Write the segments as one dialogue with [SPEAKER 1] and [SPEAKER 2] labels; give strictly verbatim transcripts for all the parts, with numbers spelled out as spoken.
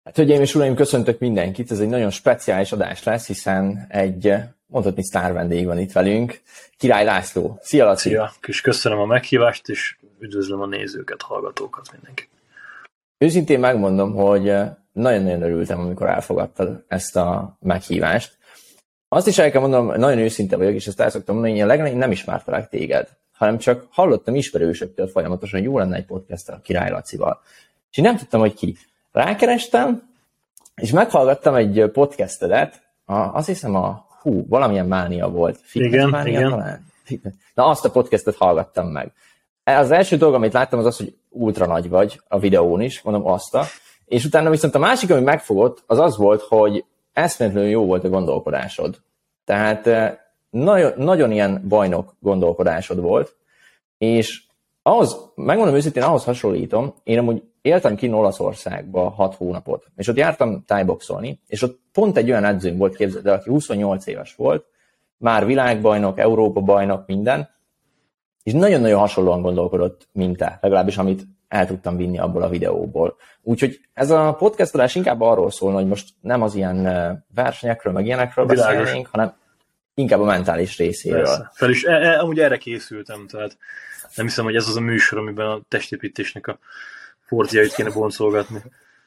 [SPEAKER 1] Hát, hölgyeim és uraim, köszöntök mindenkit, ez egy nagyon speciális adás lesz, hiszen egy, mondhatni, sztár vendég van itt velünk, Király László. Szia, Laci!
[SPEAKER 2] Szia, és köszönöm a meghívást, és üdvözlöm a nézőket, hallgatókat, mindenkit.
[SPEAKER 1] Őszintén megmondom, hogy nagyon-nagyon örültem, amikor elfogadtad ezt a meghívást. Azt is el kell mondanom, nagyon őszinte vagyok, és ezt el szoktam mondani, hogy én legalább nem ismertelek téged, hanem csak hallottam ismerősöktől folyamatosan, hogy jó lenne egy podcast a Király Lacival. És én nem tudtam, hogy ki. Rákerestem, és meghallgattam egy podcastedet, a, azt hiszem a, hú, valamilyen mánia volt. Fitness
[SPEAKER 2] igen,
[SPEAKER 1] mánia,
[SPEAKER 2] igen.
[SPEAKER 1] Talán? Na, azt a podcastet hallgattam meg. Az első dolog, amit láttam, az az, hogy ultra nagy vagy a videón is, mondom azt a, és utána viszont a másik, ami megfogott, az az volt, hogy eszméletlenül jó volt a gondolkodásod. Tehát nagyon, nagyon ilyen bajnok gondolkodásod volt, és ahhoz, megmondom őszintén, ahhoz hasonlítom, én amúgy éltem kint Olaszországba hat hónapot, és ott jártam thai-boxolni, és ott pont egy olyan edzőm volt, képzeld el, aki huszonnyolc éves volt, már világbajnok, Európa-bajnok, minden, és nagyon-nagyon hasonlóan gondolkodott, mint te, legalábbis amit el tudtam vinni abból a videóból. Úgyhogy ez a podcastolás inkább arról szólna, hogy most nem az ilyen versenyekről, meg ilyenekről
[SPEAKER 2] Világos.
[SPEAKER 1] beszélnénk, hanem inkább a mentális részéről.
[SPEAKER 2] Persze. Fel is, e, e, amúgy erre készültem, tehát nem hiszem, hogy ez az a műsor, amiben a testépítésnek a fortjait kéne boncolgatni.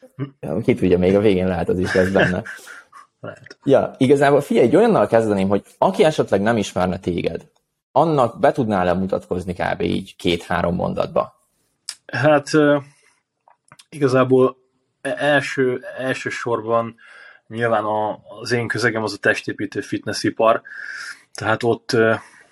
[SPEAKER 1] Ki tudja, még a végén lehet, az is lesz benne.
[SPEAKER 2] Lehet.
[SPEAKER 1] Ja, igazából figyelj, egy olyannal kezdeném, hogy aki esetleg nem ismerne téged, annak be tudnál-e mutatkozni kb. Így két-három mondatba?
[SPEAKER 2] Hát uh, igazából első, elsősorban nyilván a, az én közegem az a testépítő fitnessipar, tehát ott uh,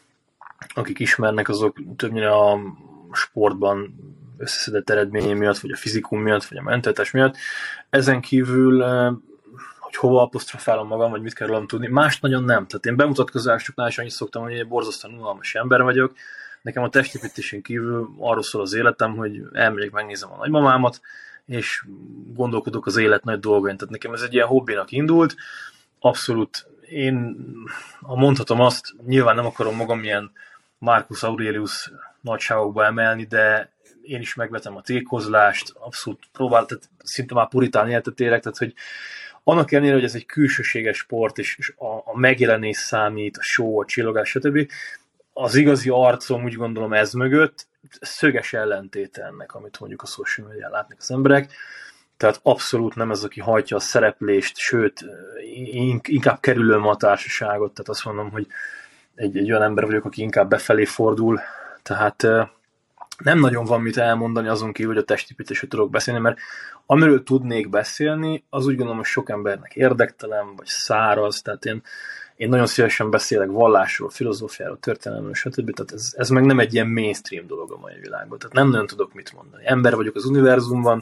[SPEAKER 2] akik ismernek, azok többnyire a sportban összeszedett eredményem miatt, vagy a fizikum miatt, vagy a mentetes miatt. Ezen kívül, hogy hova apostrofálom magam, vagy mit kell rólam tudni, más nagyon nem. Tehát én bemutatkozásoknál is annyit szoktam, hogy egy borzasztóan unalmas ember vagyok. Nekem a testépítésen kívül arról szól az életem, hogy elmegyek, megnézem a nagymamámat, és gondolkodok az élet nagy dolgain. Tehát nekem ez egy ilyen hobbinak indult. Abszolút én, ha mondhatom azt, nyilván nem akarom magam ilyen Marcus Aurelius nagyságokba emelni, de én is megvetem a tékozlást, abszolút próbál, tehát szinte már puritán életet élek, tehát hogy annak ellenére, hogy ez egy külsőséges sport, és, és a, a megjelenés számít, a show, a csillogás, stb. Az igazi arcom, úgy gondolom, ez mögött szöges ellentéte ennek, amit mondjuk a social media látnak az emberek. Tehát abszolút nem ez, aki hajtja a szereplést, sőt, inkább kerülöm a társaságot, tehát azt mondom, hogy egy, egy olyan ember vagyok, aki inkább befelé fordul, tehát nem nagyon van mit elmondani azon kívül, hogy a testépítésről tudok beszélni, mert amiről tudnék beszélni, az úgy gondolom, hogy sok embernek érdektelen, vagy száraz, tehát én, én nagyon szívesen beszélek vallásról, filozófiáról, történelemről, stb. Tehát ez, ez meg nem egy ilyen mainstream dolog a mai világban, tehát nem nagyon tudok mit mondani. Ember vagyok az univerzumban,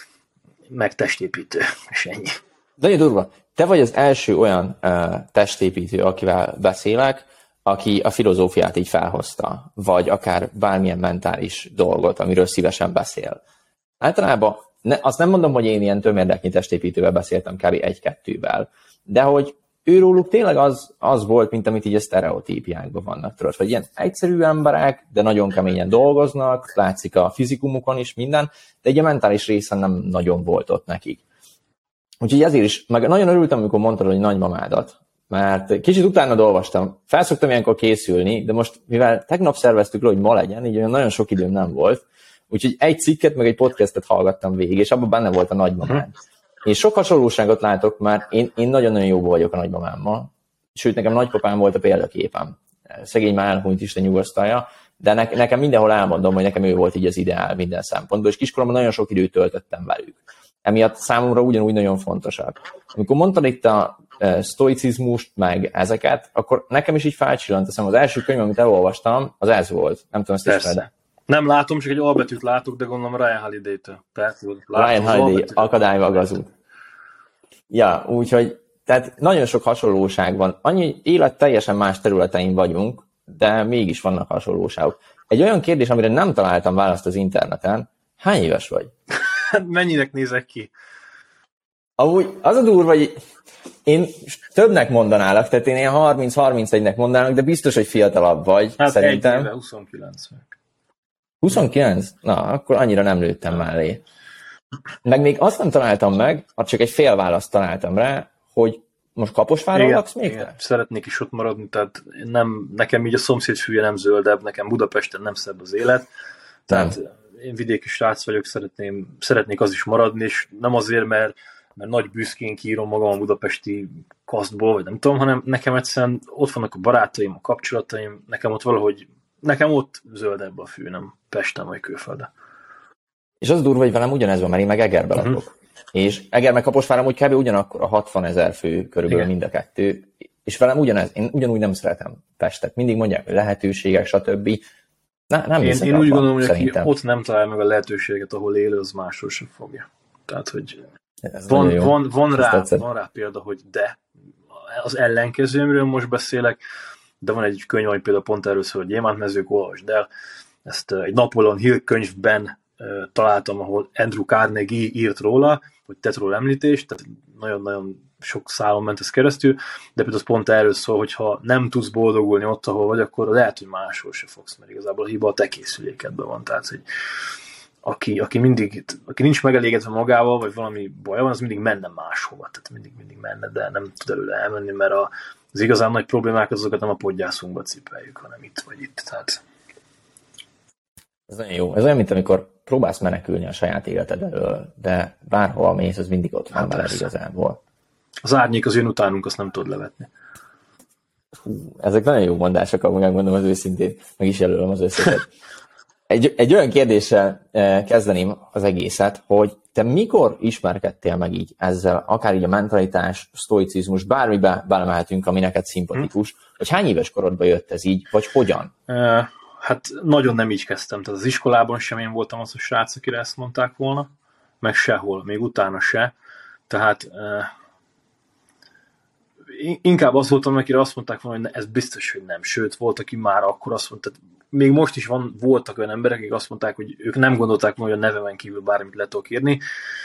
[SPEAKER 2] meg testépítő, és ennyi.
[SPEAKER 1] Nagyon durva. Te vagy az első olyan uh, testépítő, akivel beszélek, aki a filozófiát így felhozta, vagy akár bármilyen mentális dolgot, amiről szívesen beszél. Általában ne, azt nem mondom, hogy én ilyen tömérdeknyi testépítővel beszéltem, kb. egy-kettővel, de hogy őróluk tényleg az, az volt, mint amit így a sztereotípiákban vannak, tudod, hogy ilyen egyszerű emberek, de nagyon keményen dolgoznak, látszik a fizikumukon is minden, de egy a mentális részen nem nagyon volt ott nekik. Úgyhogy ezért is, meg nagyon örültem, amikor mondtad, hogy nagymamádat, mert kicsit utána olvastam. Felszoktam ilyenkor készülni, de most, mivel tegnap szerveztük le, hogy ma legyen, így olyan nagyon sok időm nem volt, úgyhogy egy cikket, meg egy podcastet hallgattam végig, és abban benne volt a nagymamám. És sok hasonlóságot látok, mert én, én nagyon-nagyon jóban vagyok a nagymamámmal, sőt, nekem nagypapám volt a példaképem. Szegény már elhunyt, Isten nyugosztalja, de ne, nekem mindenhol elmondom, hogy nekem ő volt így az ideál minden szempontból, és kiskoromban nagyon sok időt töltöttem velük. Emiatt számomra ugyanúgy nagyon fontosak. Amikor mondtad itt a e, sztoicizmust, meg ezeket, akkor nekem is így felcsillant a szem. Az első könyv, amit elolvastam, az ez volt. Nem tudom, ezt ismered.
[SPEAKER 2] Nem látom, csak egy albetűt látok, de gondolom Ryan Holiday-től.
[SPEAKER 1] Ryan Holiday, akadályvag az út. Ja, úgyhogy tehát nagyon sok hasonlóság van. Annyi élet teljesen más területein vagyunk, de mégis vannak hasonlóságok. Egy olyan kérdés, amire nem találtam választ az interneten, hány éves vagy?
[SPEAKER 2] Mennyinek nézek ki?
[SPEAKER 1] Amúgy az a durva, hogy én többnek mondanálak, tehát én ilyen harminc-harmincegynek mondanának, de biztos, hogy fiatalabb vagy,
[SPEAKER 2] hát
[SPEAKER 1] szerintem.
[SPEAKER 2] egy éve, huszonkilenc meg.
[SPEAKER 1] huszonkilenc? Na, akkor annyira nem lőttem mellé. meg még azt nem találtam meg, csak egy fél választ találtam rá, hogy most Kaposváron laksz még?
[SPEAKER 2] Igen, szeretnék is ott maradni, tehát nem, nekem így a szomszéd fülye nem zöldebb, nekem Budapesten nem szebb az élet, tehát nem. Én vidéki srác vagyok, szeretném, szeretnék az is maradni, és nem azért, mert, mert nagy büszkén kiírom magam a budapesti kasztból, vagy nem tudom, hanem nekem egyszerűen ott vannak a barátaim, a kapcsolataim, nekem ott valahogy, nekem ott zöldebb a fű, nem Pesten vagy külföldön.
[SPEAKER 1] És az durva, hogy velem ugyanez van, mert én meg Egerbe lakok. Uh-huh. És Eger meg Kaposváron úgy kb. Ugyanakkor a hatvanezer fő körülbelül mind a kettő. És velem ugyanez, én ugyanúgy nem szeretem Pestet. Mindig mondják, hogy lehetőségek, stb. Na, nem
[SPEAKER 2] én én úgy gondolom, hogy aki ott nem talál meg a lehetőséget, ahol élő, az máshol sem fogja. Tehát, hogy van, van, van, rá, van rá példa, hogy de az ellenkezőmről most beszélek, de van egy könyv, ami például pont erről szól, hogy Gyémántmezők, olvasd el. Ezt egy Napoleon Hill könyvben találtam, ahol Andrew Carnegie írt róla, hogy tett róla említést, tehát nagyon-nagyon sok szálon ment ez keresztül, de például az pont erről szól, hogy ha nem tudsz boldogulni ott, ahol vagy, akkor lehet, hogy máshol se fogsz, mert igazából a hiba a te készülékedben van. Tehát, hogy aki, aki mindig, aki nincs megelégedve magával, vagy valami baj van, az mindig menne máshova, tehát mindig, mindig menne, de nem tud előle elmenni, mert a, az igazán nagy problémák azokat nem a podgyászunkba cipeljük, hanem itt vagy itt. Tehát...
[SPEAKER 1] Ez nagyon jó. Ez olyan, mint amikor próbálsz menekülni a saját életed elől, de bárhol mész, az mindig ott van veled igazából.
[SPEAKER 2] Az árnyék az jön utánunk, azt nem tudod levetni.
[SPEAKER 1] Hú, ezek nagyon jó mondások, amúgy megmondom az őszintén, meg is jelölöm az összeset. Egy, egy olyan kérdéssel kezdeném az egészet, hogy te mikor ismerkedtél meg így ezzel, akár így a mentalitás, sztoicizmus, bármibe belemelhetünk, ami neked szimpatikus, hmm. hogy hány éves korodban jött ez így, vagy hogyan?
[SPEAKER 2] Uh, hát nagyon nem így kezdtem. Tehát az iskolában sem én voltam az a srác, akire ezt mondták volna, meg sehol, még utána se. Tehát uh, inkább az voltam, akire azt mondták volna, hogy ez biztos, hogy nem. Sőt, volt, aki már akkor azt mondta, még most is van, voltak olyan emberek, akik azt mondták, hogy ők nem gondolták volna, hogy a nevemen kívül bármit le tudok írni.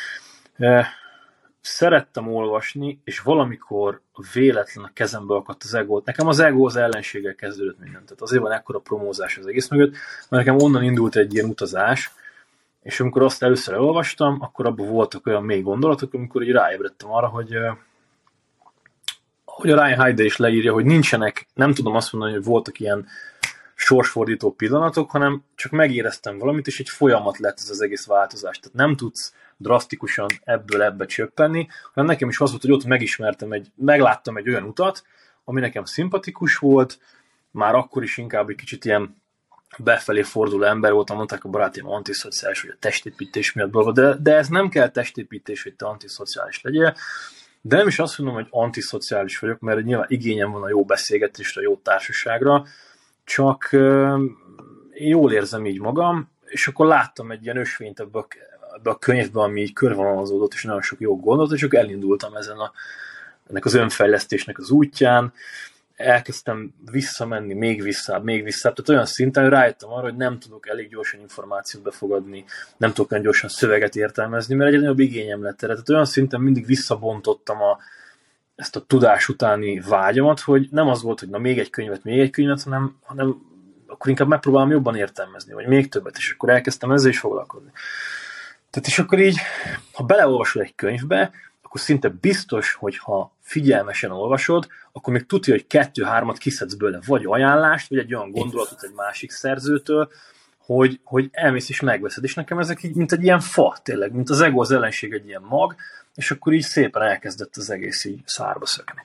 [SPEAKER 2] Szerettem olvasni, és valamikor véletlen a kezembe akadt az ego. Nekem az ego az ellenséggel kezdődött mindent. Tehát azért van ekkora promózás az egész mögött, mert nekem onnan indult egy ilyen utazás, és amikor azt először elolvastam, akkor abban voltak olyan mély gondolatok, amikor így ráébredtem arra, hogy hogy a Ryan Haider is leírja, hogy nincsenek, nem tudom azt mondani, hogy voltak ilyen sorsfordító pillanatok, hanem csak megéreztem valamit, és egy folyamat lett ez az egész változás. Tehát nem tudsz drasztikusan ebből ebbe csöppenni, hanem nekem is az volt, hogy ott megismertem, egy, megláttam egy olyan utat, ami nekem szimpatikus volt, már akkor is inkább egy kicsit ilyen befelé forduló ember voltam, mondták a barátaim antiszociális, vagy a testépítés miatt, de, de ez nem kell testépítés, hogy te antiszociális legyél. De nem is azt mondom, hogy antiszociális vagyok, mert nyilván igényem van a jó beszélgetésre, a jó társaságra, csak euh, én jól érzem így magam, és akkor láttam egy ilyen ösvényt ebbe a, ebbe a könyvbe, ami így körvonalazódott, és nagyon sok jó gondolat, és akkor elindultam ezen a, ennek az önfejlesztésnek az útján, elkezdtem visszamenni, még visszább, még visszább, tehát olyan szinten, hogy rájöttem arra, hogy nem tudok elég gyorsan információt befogadni, nem tudok olyan gyorsan szöveget értelmezni, mert egyre nagyobb igényem lett erre. Tehát olyan szinten mindig visszabontottam a, ezt a tudás utáni vágyamat, hogy nem az volt, hogy na még egy könyvet, még egy könyvet, hanem, hanem akkor inkább megpróbálom jobban értelmezni, vagy még többet, és akkor elkezdtem ezzel is foglalkozni. Tehát és akkor így, ha beleolvasol egy könyvbe, akkor szinte biztos, hogy ha figyelmesen olvasod, akkor még tudja, hogy kettő-hármat kiszedsz belőle, vagy ajánlást, vagy egy olyan gondolatot egy másik szerzőtől, hogy, hogy elmész és megveszed. És nekem ezek így, mint egy ilyen fa, tényleg, mint az ego az ellenség egy ilyen mag, és akkor így szépen elkezdett az egész így szárba szökni.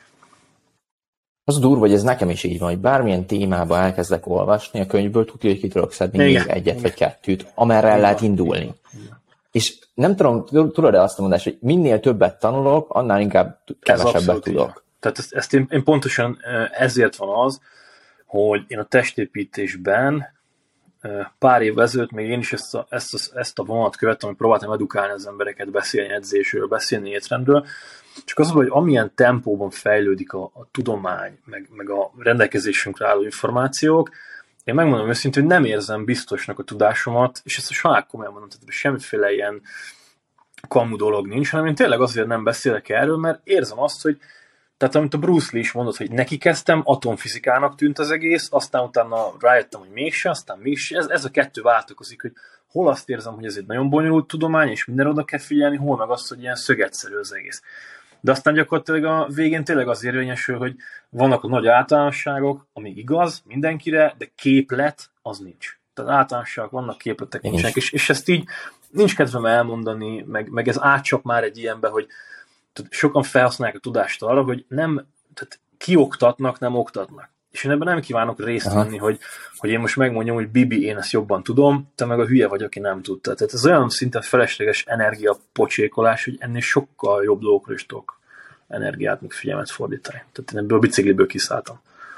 [SPEAKER 1] Az durva, hogy ez nekem is így van, hogy bármilyen témába elkezdek olvasni, a könyvből tudja, hogy ki tudok szedni igen, még egyet igen. vagy kettőt, amerre el lehet indulni. Igen. És nem tudom, tudod-e azt a mondást, hogy minél többet tanulok, annál inkább kevesebbet tudok. Igen.
[SPEAKER 2] Tehát ezt, ezt én, én pontosan ezért van az, hogy én a testépítésben pár év ezelőtt még én is ezt a, ezt a, ezt a vonalat követtem, hogy próbáltam edukálni az embereket, beszélni edzésről, beszélni étrendről. Csak az, hogy amilyen tempóban fejlődik a, a tudomány, meg, meg a rendelkezésünkre álló információk, én megmondom őszintén, hogy nem érzem biztosnak a tudásomat, és ezt a saját komolyan mondom, tehát semmiféle ilyen kamu dolog nincs, hanem én tényleg azért nem beszélek erről, mert érzem azt, hogy Tehát amit a Bruce Lee is mondott, hogy neki kezdtem, atomfizikának tűnt az egész, aztán utána rájöttem, hogy mégse, aztán mégse. Ez, ez a kettő váltakozik, hogy hol azt érzem, hogy ez egy nagyon bonyolult tudomány, és minden oda kell figyelni, hol meg azt, hogy ilyen szögetszerű az egész. De aztán gyakorlatilag a végén tényleg az érvényesül, hogy vannak a nagy általánosságok, ami igaz mindenkire, de képlet az nincs. Tehát általánosságok vannak, képletek nincsenek, és, és ezt így nincs kedvem elmondani, meg, meg ez átcsap már egy ilyenbe, hogy sokan felhasználják a tudást arra, hogy nem, tehát kioktatnak, nem oktatnak. És én ebben nem kívánok részt venni, hogy, hogy én most megmondjam, hogy Bibi, én ezt jobban tudom, te meg a hülye vagy, aki nem tudta. Tehát ez olyan szinten felesleges energiapocsékolás, hogy ennél sokkal jobb dolgokra is tudok energiát, meg figyelmet fordítani. Tehát én ebből a bicikliből kiszálltam.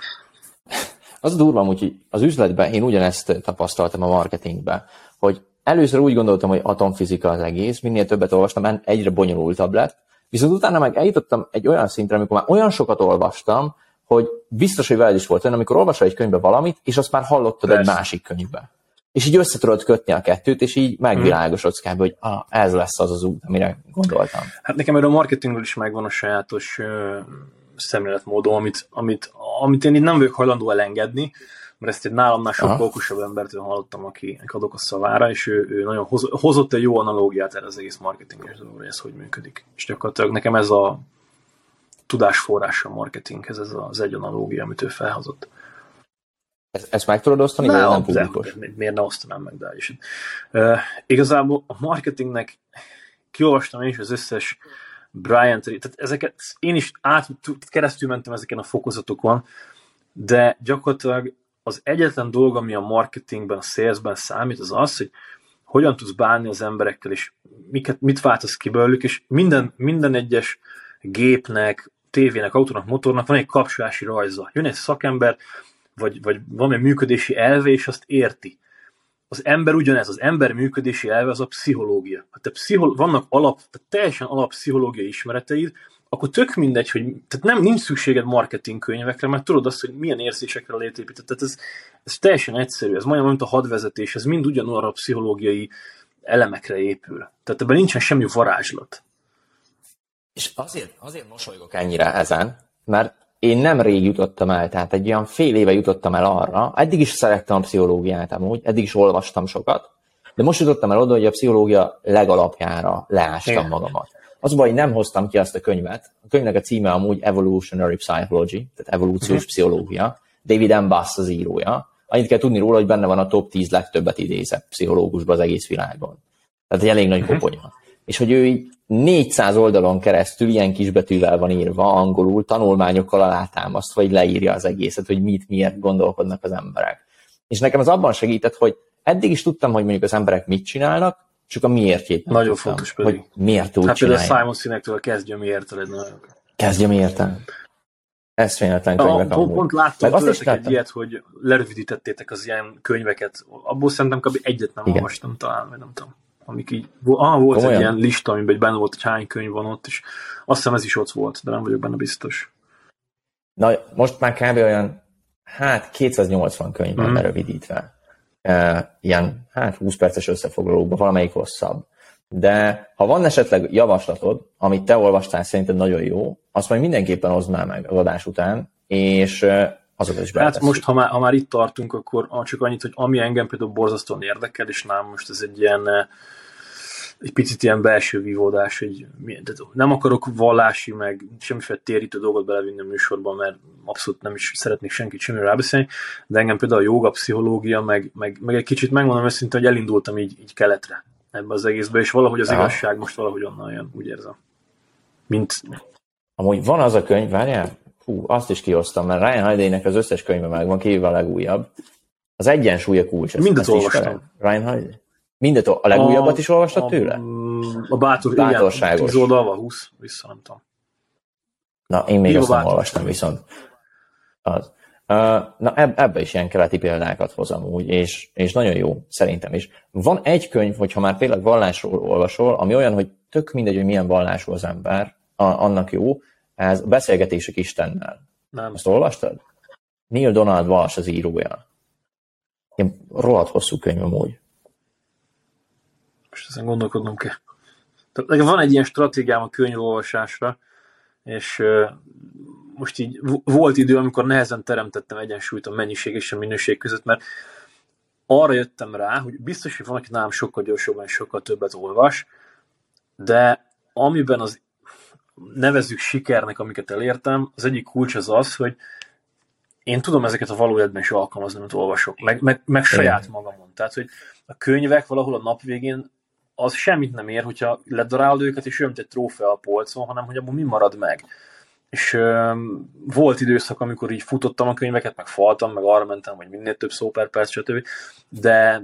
[SPEAKER 1] Az durva, hogy az üzletben én ugyanezt tapasztaltam a marketingben, hogy először úgy gondoltam, hogy atomfizika az egész, minél többet olvastam, egyre bonyolultabb lett, viszont utána meg eljutottam egy olyan szintre, amikor már olyan sokat olvastam, hogy biztos, hogy veled is volt olyan, amikor olvasol egy könyvbe valamit, és azt már hallottad Persze. egy másik könyvbe. És így össze tudod kötni a kettőt, és így megvilágosodsz kb. Hogy ah, ez lesz az az út, amire gondoltam. Hát
[SPEAKER 2] nekem erről a marketingről is megvan a sajátos uh, szemléletmódom, amit, amit, amit én így nem vagyok hajlandó elengedni, mert ezt egy nálamnál sokkal Aha. okosabb embertől hallottam, aki adok a szavára, és ő, ő nagyon hoz, hozott egy jó analógiát erre az egész marketinges dologra, hogy ez hogy működik. És gyakorlatilag nekem ez a tudásforrása a marketinghez, ez az egy analógia, amit ő felhozott.
[SPEAKER 1] Ezt, ezt meg tudod osztani, vagy nem publikus?
[SPEAKER 2] De, miért ne osztanám meg, de is. Uh, igazából a marketingnek kiolvastam én is az összes Brian Tracy, tehát ezeket én is át, keresztül mentem ezeken a fokozatokon, de gyakorlatilag az egyetlen dolog, ami a marketingben, a salesben számít, az az, hogy hogyan tudsz bánni az emberekkel, és miket, mit váltasz ki belőlük, és minden, minden egyes gépnek, tévének, autónak, motornak van egy kapcsolási rajza. Jön egy szakember, vagy, vagy valami működési elve, és azt érti. Az ember ugyanez, az ember működési elve az a pszichológia. Ha te pszichol- vannak alap, tehát teljesen alap pszichológiai ismereteid, akkor tök mindegy, hogy tehát nem, nincs szükséged marketing könyvekre, mert tudod azt, hogy milyen érzésekre lehet építeni. Tehát ez, ez teljesen egyszerű, ez majdnem, mint a hadvezetés, ez mind ugyanolyan a pszichológiai elemekre épül. Tehát ebben nincsen semmi varázslat.
[SPEAKER 1] És azért, azért mosolygok ennyire ezen, mert én nem rég jutottam el, tehát egy olyan fél éve jutottam el arra, eddig is szerettem a pszichológiát amúgy, eddig is olvastam sokat, de most jutottam el oda, hogy a pszichológia legalapjára leástam Igen. magamat. Az baj, hogy nem hoztam ki azt a könyvet. A könyvnek a címe amúgy Evolutionary Psychology, tehát evolúciós uh-huh. pszichológia. David M. Buss az írója. Annyit kell tudni róla, hogy benne van a top tíz legtöbbet idézett pszichológusban az egész világon. Tehát egy elég nagy uh-huh. koponya. És hogy ő így négyszáz oldalon keresztül ilyen kisbetűvel van írva, angolul, tanulmányokkal alátámasztva, hogy leírja az egészet, hogy mit, miért gondolkodnak az emberek. És nekem az abban segített, hogy eddig is tudtam, hogy mondjuk az emberek mit csinálnak, csak a miértjét nem
[SPEAKER 2] Nagyon
[SPEAKER 1] tudtam,
[SPEAKER 2] fontos pedig.
[SPEAKER 1] Hogy miért úgy
[SPEAKER 2] hát
[SPEAKER 1] csinálják.
[SPEAKER 2] Hát például Simon Sinektől kezdje miért egy nagyon.
[SPEAKER 1] Kezdje miért. Ez fényletlen könyvek
[SPEAKER 2] a,
[SPEAKER 1] amúgy.
[SPEAKER 2] Pont láttam tőletek egy ilyet, hogy lerövidítettétek az ilyen könyveket. Abból szerintem kb. Egyet nem Igen. olvastam talán, vagy nem tudom. Amik így, ah, volt Olyan. egy ilyen lista, amiben benne volt, hogy hány könyv van ott, és azt hiszem ez is ott volt, de nem vagyok benne biztos.
[SPEAKER 1] Na, most már kb. Olyan, hát kétszáznyolcvan könyv van mm. lerövidítve. Uh, ilyen, hát húsz perces összefoglalókban, valamelyik hosszabb. De ha van esetleg javaslatod, amit te olvastál, szerinted nagyon jó, azt majd mindenképpen hozd már meg az adás után, és uh, azokat is
[SPEAKER 2] betesszük. Hát most, ha már, ha már itt tartunk, akkor csak annyit, hogy ami engem például borzasztóan érdekel, és nem most ez egy ilyen egy picit ilyen belső vívódás, hogy nem akarok vallási, meg semmiféle térítő dolgot belevinni a műsorban, mert abszolút nem is szeretnék senkit semmiről rábeszélni, de engem például a jóga, pszichológia, meg, meg, meg egy kicsit megmondom őszintén, hogy elindultam így, így keletre ebbe az egészbe, és valahogy az Aha. igazság most valahogy onnan jön, úgy érzem. Mint...
[SPEAKER 1] Amúgy van az a könyv, várjál? Hú, azt is kihoztam, mert Ryan Holiday-nek az összes könyve megvan, kívül a legújabb. Az egyensúly a kulcs.
[SPEAKER 2] Mindet olvastam.
[SPEAKER 1] Ryan Holiday? Mindet, a legújabbat a, is olvastad a, tőle?
[SPEAKER 2] A bátor, Bátorságos. Igen, tíz oldalva, húsz, vissza, nem tudom.
[SPEAKER 1] Na, én még Híva azt nem olvastam, viszont az. Uh, na, eb- ebbe is ilyen keleti példákat hozom úgy, és, és nagyon jó, szerintem is. Van egy könyv, hogyha már tényleg vallásról olvasol, ami olyan, hogy tök mindegy, hogy milyen vallású az ember, a, annak jó, ez a Beszélgetések Istennel.
[SPEAKER 2] Nem.
[SPEAKER 1] Azt olvastad? Neil Donald Walsh az írója. Ilyen rohadt hosszú könyv amúgy.
[SPEAKER 2] Most ezen gondolkodnom kell. Tehát van egy ilyen stratégiám a könyvolvasásra, és most így volt idő, amikor nehezen teremtettem egyensúlyt a mennyiség és a minőség között, mert arra jöttem rá, hogy biztos, hogy van, aki nálam sokkal gyorsabban, sokkal többet olvas, de amiben az nevezzük sikernek, amiket elértem, az egyik kulcs az az, hogy én tudom ezeket a való életben is alkalmazni, amit olvasok, meg, meg, meg saját magamon. Tehát, hogy a könyvek valahol a nap végén az semmit nem ér, hogyha ledarálod őket, és olyan, mint egy trófea a polcon, hanem hogy abban mi marad meg. És ö, volt időszak, amikor így futottam a könyveket, meg faltam, meg arra mentem, hogy minél több szó per perc, stb. De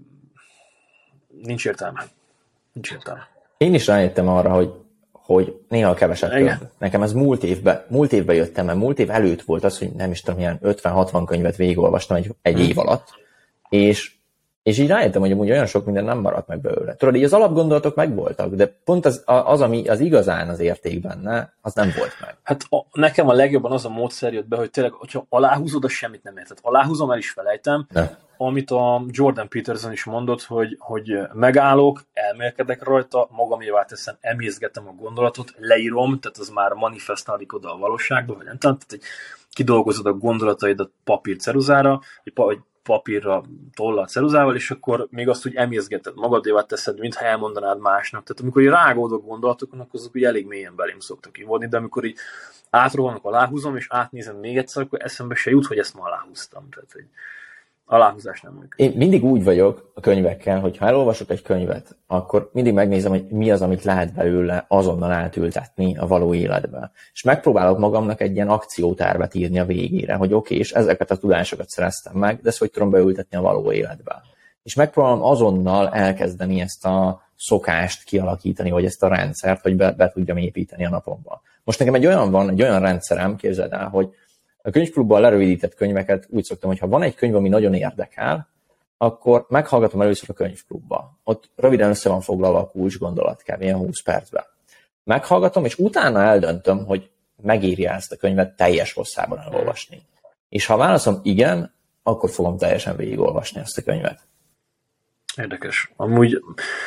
[SPEAKER 2] nincs értelme. Nincs értelme.
[SPEAKER 1] Én is rájöttem arra, hogy, hogy néha keveset könyv. Nekem ez múlt évben, múlt évben jöttem, mert múlt év előtt volt az, hogy nem is tudom, ilyen ötven-hatvan könyvet végigolvastam egy, egy év alatt, és És így rájöttem, hogy amúgy olyan sok minden nem maradt meg belőle. Tudod, így az alapgondolatok megvoltak, de pont az, az, ami az igazán az érték benne, az nem volt meg.
[SPEAKER 2] Hát a, nekem a legjobban az a módszer jött be, hogy tényleg, hogyha aláhúzod, az semmit nem érted. Aláhúzom, el is felejtem, ne. Amit a Jordan Peterson is mondott, hogy, hogy megállok, elmélkedek rajta, magamévá teszem, emészgetem a gondolatot, leírom, tehát az már manifestálódik oda a valóságba, vagy nem tudom, tehát hogy kidolgozod a gondolataidat papír ceruzára, vagy papírra, tollal, ceruzával, és akkor még azt úgy emészgeted magadévá teszed, mintha elmondanád másnak. Tehát amikor így rágódok gondolatokon, akkor azok úgy elég mélyen belém szoktak kivodni, de amikor így átrohanok, aláhúzom, és átnézem még egyszer, akkor eszembe se jut, hogy ezt ma aláhúztam. Tehát, hogy aláhúzás nem működik.
[SPEAKER 1] Én mindig úgy vagyok a könyvekkel, hogy ha elolvasok egy könyvet, akkor mindig megnézem, hogy mi az, amit lehet belőle azonnal átültetni a való életbe. És megpróbálok magamnak egy ilyen akciótervet írni a végére, hogy oké, okay, és ezeket a tudásokat szereztem meg, de ezt hogy tudom beültetni a való életbe. És megpróbálom azonnal elkezdeni ezt a szokást kialakítani, vagy ezt a rendszert, hogy be, be tudjam építeni a napomba. Most nekem egy olyan van, egy olyan rendszerem, képzeld el, hogy a könyvklubban lerövidített könyveket úgy szoktam, hogy ha van egy könyv, ami nagyon érdekel, akkor meghallgatom először a könyvklubba. Ott röviden össze van foglalva a kulcs gondolat, kb. Ilyen húsz percben. Meghallgatom, és utána eldöntöm, hogy megéri ezt a könyvet teljes hosszában elolvasni. És ha válaszom igen, akkor fogom teljesen végigolvasni ezt a könyvet.
[SPEAKER 2] Érdekes. Amúgy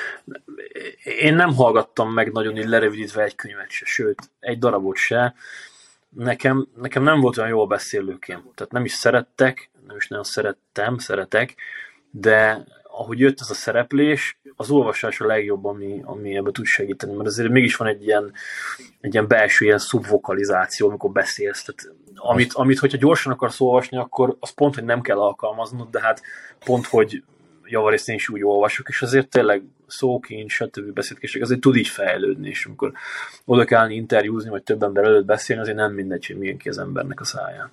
[SPEAKER 2] én nem hallgattam meg nagyon így lerövidítve egy könyvet se, sőt, egy darabot se. Nekem, nekem nem volt olyan jól beszélőkém. Tehát nem is szerettek, nem is nagyon szerettem, szeretek, de ahogy jött ez a szereplés, az olvasás a legjobb, ami, ami ebbe tud segíteni, mert azért mégis van egy ilyen, egy ilyen belső ilyen szubvokalizáció, amikor beszélsz. Tehát amit, amit, hogyha gyorsan akarsz olvasni, akkor az pont, hogy nem kell alkalmaznod, de hát pont, hogy javarészt én is úgy olvasok, és azért tényleg szókincs, stb. Beszédkészség, azért tud így fejlődni, és amikor oda kell állni interjúzni, vagy több ember előtt beszélni, azért nem mindegy, hogy milyen ki az embernek a száján.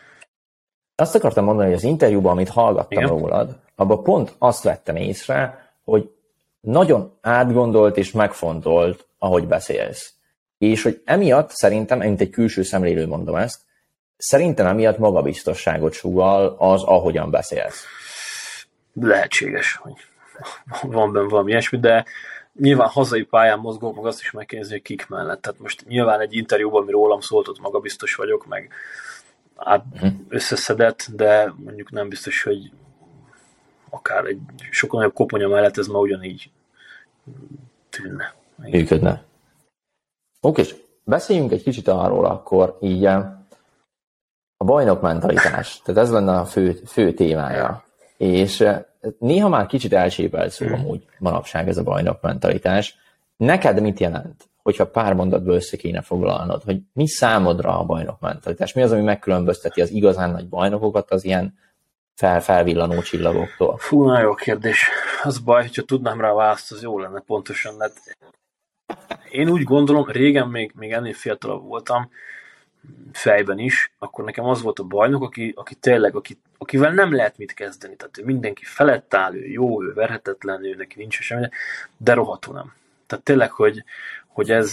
[SPEAKER 1] Azt akartam mondani, hogy az interjúban, amit hallgattam Igen? rólad, abban pont azt vettem észre, hogy nagyon átgondolt és megfontolt, ahogy beszélsz. És hogy emiatt szerintem, mint egy külső szemlélő mondom ezt, szerintem emiatt magabiztosságot sugall az, ahogyan beszélsz.
[SPEAKER 2] Lehetséges, hogy van benne valami ilyesmi, de nyilván hazai pályán mozgok, meg azt is megkérdezni, hogy kik mellett. Tehát most nyilván egy interjúban, ami rólam szólt, ott magabiztos vagyok, meg át összeszedett, de mondjuk nem biztos, hogy akár egy sokkal nagyobb koponya mellett ez ma ugyanígy tűnne.
[SPEAKER 1] Működne. Oké, és beszéljünk egy kicsit arról akkor így a bajnok mentalitás. Tehát ez lenne a fő, fő témája. És néha már kicsit elcsépelt szó amúgy manapság ez a bajnok mentalitás. Neked mit jelent, hogyha pár mondatból össze kéne foglalnod, hogy mi számodra a bajnok mentalitás? Mi az, ami megkülönbözteti az igazán nagy bajnokokat az ilyen fel, felvillanó csillagoktól?
[SPEAKER 2] Fú, nagyon jó kérdés. Az baj, hogyha tudnám rá választ, az jó lenne pontosan. Mert én úgy gondolom, régen még, még ennél fiatalabb voltam, fejben is, akkor nekem az volt a bajnok, aki, aki tényleg, aki, akivel nem lehet mit kezdeni. Tehát ő mindenki felett áll, ő jó, ő verhetetlen, ő neki nincs semmi, de rohadtul nem. Tehát tényleg, hogy, hogy ez,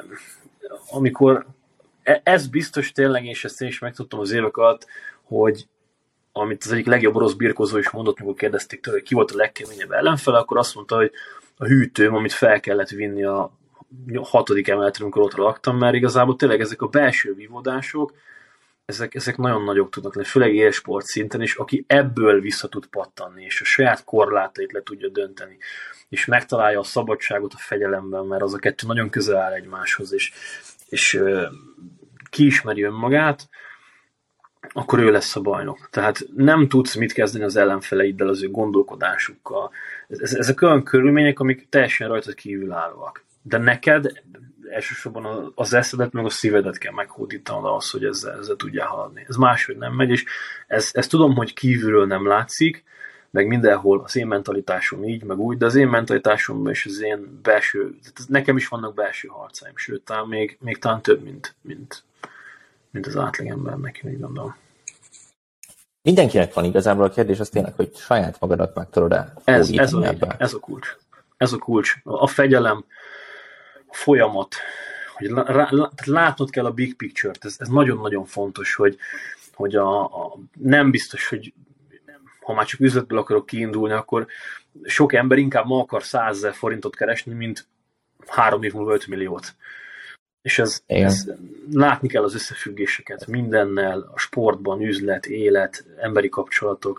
[SPEAKER 2] amikor, ez biztos tényleg, és ezt én is megtudtam az évek alatt, hogy amit az egyik legjobb orosz birkózó is mondott, amikor kérdezték tőle, hogy ki volt a legkeményebb ellenfele, akkor azt mondta, hogy a hűtőm, amit fel kellett vinni a hatodik emeletre, amikor ott laktam, mert igazából tényleg ezek a belső vívódások, ezek, ezek nagyon nagyok tudnak lenni, főleg élsport szinten, és aki ebből vissza tud pattanni, és a saját korlátait le tudja dönteni, és megtalálja a szabadságot a fegyelemben, mert az a kettő nagyon közel áll egymáshoz, és, és kiismeri önmagát, akkor ő lesz a bajnok. Tehát nem tudsz mit kezdeni az ellenfeleiddel, az ő gondolkodásukkal. Ez, ezek olyan körülmények, amik teljesen rajtad kívülállóak. De neked elsősorban az eszedet, meg a szívedet kell meghódítanod ahhoz, hogy ezzel, ezzel tudjál haladni. Ez máshogy nem megy, és ezt, ezt tudom, hogy kívülről nem látszik, meg mindenhol az én mentalitásom így, meg úgy, de az én mentalitásomban és az én belső, nekem is vannak belső harcaim, sőt, talán még, még talán több, mint, mint, mint az átlagembernek, én így gondolom.
[SPEAKER 1] Mindenkinek van igazából, a kérdés az tényleg, hogy saját magadat meg tudod-e
[SPEAKER 2] ez, ez, a, ez a kulcs. Ez a kulcs. A fegyelem, a folyamat, hogy látnod kell a big picture-t, ez, ez nagyon-nagyon fontos, hogy, hogy a, a, nem biztos, hogy ha már csak üzletből akarok kiindulni, akkor sok ember inkább ma akar százezer forintot keresni, mint három év múlva öt milliót. És ez, ez, látni kell az összefüggéseket mindennel, a sportban, üzlet, élet, emberi kapcsolatok.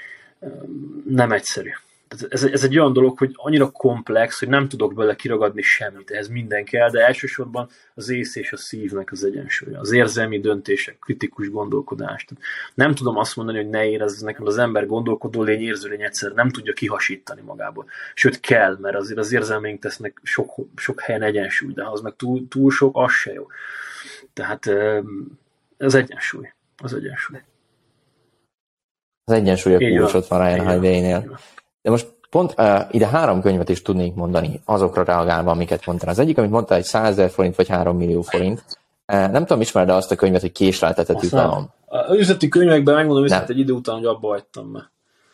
[SPEAKER 2] Nem egyszerű. Ez, ez egy olyan dolog, hogy annyira komplex, hogy nem tudok bele kiragadni semmit, ez minden kell, de elsősorban az ész és a szívnek az egyensúlya, az érzelmi döntések, kritikus gondolkodás. Nem tudom azt mondani, hogy ne érezz, nekem az ember gondolkodó lény, érző lény egyszer nem tudja kihasítani magából. Sőt kell, mert azért az érzelmeink tesznek sok, sok helyen egyensúly, de ha az meg túl, túl sok, az se jó. Tehát ez egyensúly. Az egyensúly.
[SPEAKER 1] Az egyensúly a kulcsot van Ryan Holiday-nél. De most pont uh, ide három könyvet is tudnék mondani, azokra reagálva, amiket mondtál. Az egyik, amit mondtál, egy százezer forint vagy három millió forint. Uh, nem tudom, ismered azt a könyvet, hogy Késleltetett jutalom.
[SPEAKER 2] A üzleti könyvekben megmondom őszintén egy idő után, hogy abba hagytam be.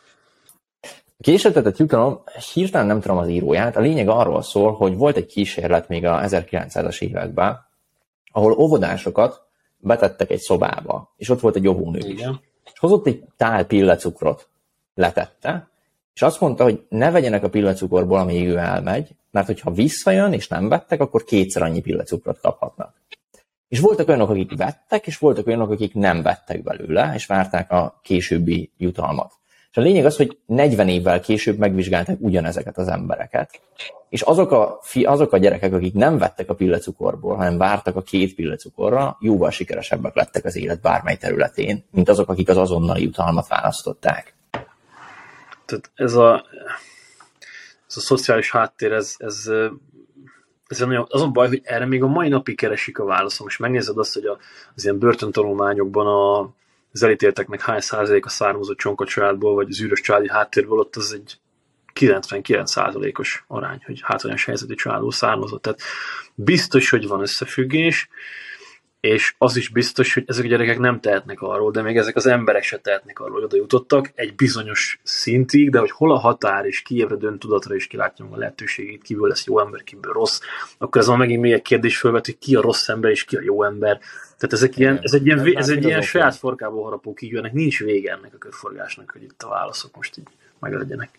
[SPEAKER 1] A Késleltetett jutalom, hirtelen nem tudom az íróját, a lényeg arról szól, hogy volt egy kísérlet még a ezerkilencszázas években, ahol óvodásokat betettek egy szobába, és ott volt egy óvónő is. Igen. És hozott egy tál pillecukrot, letette, és azt mondta, hogy ne vegyenek a pillecukorból, amíg ő elmegy, mert hogyha visszajön, és nem vettek, akkor kétszer annyi pillecukrot kaphatnak. És voltak olyanok, akik vettek, és voltak olyanok, akik nem vettek belőle, és várták a későbbi jutalmat. És a lényeg az, hogy negyven évvel később megvizsgálták ugyanezeket az embereket, és azok a, fi, azok a gyerekek, akik nem vettek a pillecukorból, hanem vártak a két pillecukorra, jóval sikeresebbek lettek az élet bármely területén, mint azok, akik az azonnali jutalmat választották.
[SPEAKER 2] Tehát ez a, ez a szociális háttér, ez, ez, ez nagyon, az a baj, hogy erre még a mai napig keresik a válaszom, és megnézed azt, hogy a, az ilyen börtöntanulmányokban a, az elítélteknek hány százaléka származott csonka családból, vagy az űrös családi háttérből, ott az egy kilencvenkilenc százalékos arány, hogy hátrányos helyzetű családból származott. Tehát biztos, hogy van összefüggés, és az is biztos, hogy ezek a gyerekek nem tehetnek arról, de még ezek az emberek se tehetnek arról, hogy oda jutottak egy bizonyos szintig, de hogy hol a határ, és ki ébred tudatra, és kilátja a lehetőségét, kiből lesz jó ember, kiből rossz, akkor ez van megint még egy kérdés fölvet, hogy ki a rossz ember, és ki a jó ember. Tehát ezek ilyen, ez egy ilyen, ez egy ilyen saját forkából harapó kígyó, ennek nincs vége ennek a körforgásnak, hogy itt a válaszok most így meglegyenek.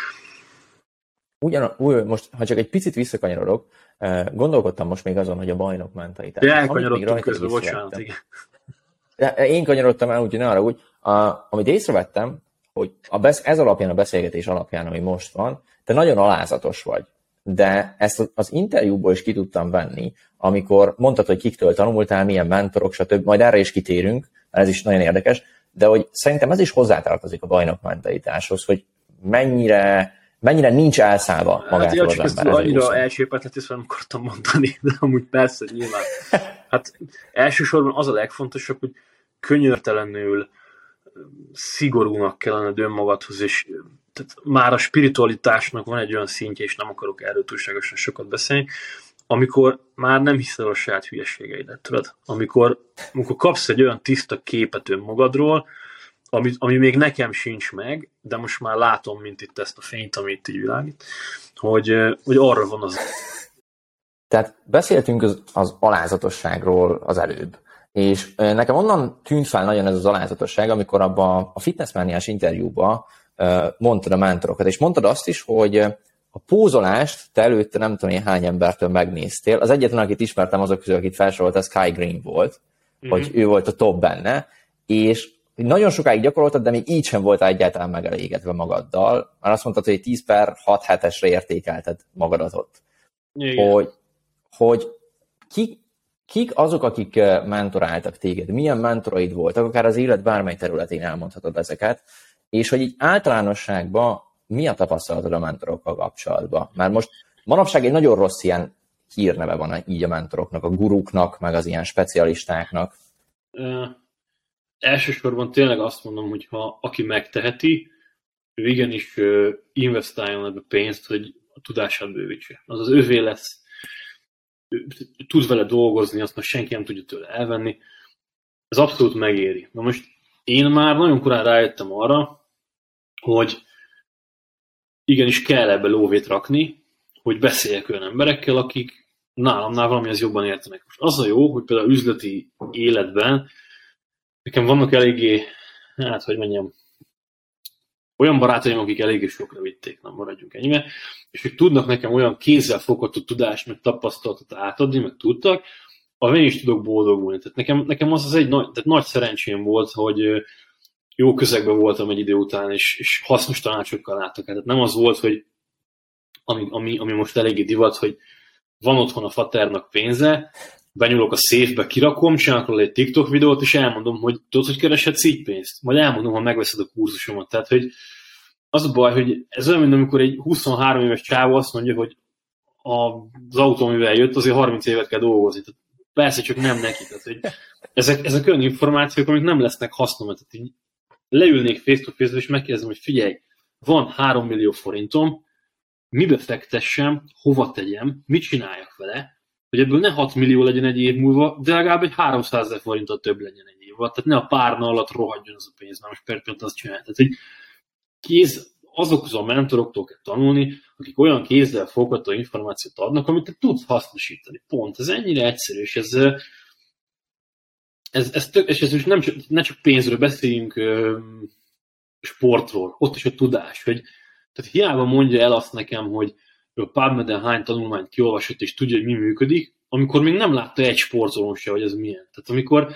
[SPEAKER 1] Ugyan, most, ha csak egy picit visszakanyarodok, gondolkodtam most még azon, hogy a bajnok mentalitás.
[SPEAKER 2] Ja, elkanyarodtunk közben, bocsánat, igen.
[SPEAKER 1] Én kanyarodtam el, úgyhogy ne arra úgy. A, amit észrevettem, hogy a besz, ez alapján, a beszélgetés alapján, ami most van, te nagyon alázatos vagy. De ezt az interjúból is ki tudtam venni, amikor mondtad, hogy kiktől tanultál, milyen mentorok, stb. Majd erre is kitérünk, mert ez is nagyon érdekes, de hogy szerintem ez is hozzátartozik a bajnok mentalitáshoz, hogy mennyire mennyire nincs elszállva magától
[SPEAKER 2] hát, az ember. Hát annyira elsépelt, hát ezt nem akartam mondani, de amúgy persze, nyilván. Hát elsősorban az a legfontosabb, hogy könyörtelenül szigorúnak kell lenned önmagadhoz, és tehát már a spiritualitásnak van egy olyan szintje, és nem akarok erről túlságosan sokat beszélni, amikor már nem hiszel a saját hülyeségeidet, tudod? Amikor, amikor kapsz egy olyan tiszta képet önmagadról, Ami, ami még nekem sincs meg, de most már látom, mint itt ezt a fényt, amit így világít, hogy, hogy arra van az.
[SPEAKER 1] Tehát beszéltünk az, az alázatosságról az előbb, és nekem onnan tűnt fel nagyon ez az alázatosság, amikor abban a fitnessmániás interjúban mondtad a mentorokat, és mondtad azt is, hogy a pózolást te előtte nem tudom én hány embertől megnéztél. Az egyetlen, akit ismertem azok közül, akit felsorolt, az Kai Green volt, mm-hmm. hogy ő volt a top benne, és nagyon sokáig gyakoroltad, de még így sem voltál egyáltalán megelégedve magaddal. Már azt mondtad, hogy tíz per hat hetesre értékelted magadat ott. Hogy, hogy ki, kik azok, akik mentoráltak téged? Milyen mentoraid voltak? Akár az élet bármely területén elmondhatod ezeket. És hogy így általánosságban mi a tapasztalatod a mentorokkal kapcsolatban? Már most manapság egy nagyon rossz ilyen hírneve van így a mentoroknak, a guruknak, meg az ilyen specialistáknak.
[SPEAKER 2] Uh, elsősorban tényleg azt mondom, hogy ha aki megteheti, ő igenis uh, investáljon ebbe pénzt, hogy a tudását bővítse. Az az övé lesz. Ő tud vele dolgozni, azt már senki nem tudja tőle elvenni. Ez abszolút megéri. Na most én már nagyon korán rájöttem arra, hogy igenis kell ebbe lóvét rakni, hogy beszéljek olyan emberekkel, akik nálamnál valamihez jobban értenek. Most az a jó, hogy például üzleti életben nekem vannak eléggé, hát hogy mondjam, olyan barátaim, akik eléggé sokra vitték, nem maradjunk ennyibe, és hogy tudnak nekem olyan kézzelfogható tudást, meg tapasztalatot átadni, meg tudtak, ahol én is tudok boldogulni. Tehát nekem, nekem az az egy nagy, tehát nagy szerencsém volt, hogy jó közegben voltam egy idő után, és, és hasznos tanácsokkal láttak. Tehát nem az volt, hogy ami, ami, ami most eléggé divat, hogy van otthon a faternak pénze, benyúlok a széfbe, kirakom, csinálok róla egy TikTok videót, és elmondom, hogy tudod, hogy kereshetsz így pénzt? Majd elmondom, ha megveszed a kurzusomat. Tehát, hogy az a baj, hogy ez olyan, mint amikor egy huszonhárom éves csávó azt mondja, hogy az autó, amivel jött, azért harminc évet kell dolgozni. Tehát persze, csak nem neki. Tehát, hogy ezek, ezek olyan információk, amik nem lesznek hasznom. Tehát így leülnék face-to-face-be, és megkérdezem, hogy figyelj, van három millió forintom, mibe fektessem, hova tegyem, mit csináljak vele, hogy ebből ne hat millió legyen egy év múlva, de legalább egy háromszázezer forinttal több legyen egy év alatt. Tehát ne a párna alatt rohadjon az a pénz, mert most perpont azt csinálja. Tehát, hogy kéz, azok a mentoroktól kell tanulni, akik olyan kézzel fogható információt adnak, amit te tudsz hasznosítani. Pont. Ez ennyire egyszerű, és ez, ez, ez, tök, és ez nem csak, ne csak pénzről beszéljünk, sportról, ott is a tudás, hogy tehát hiába mondja el azt nekem, hogy a PubMed-en hány tanulmányt kiolvasott, és tudja, hogy mi működik, amikor még nem látta egy sportolón se, hogy ez milyen. Tehát amikor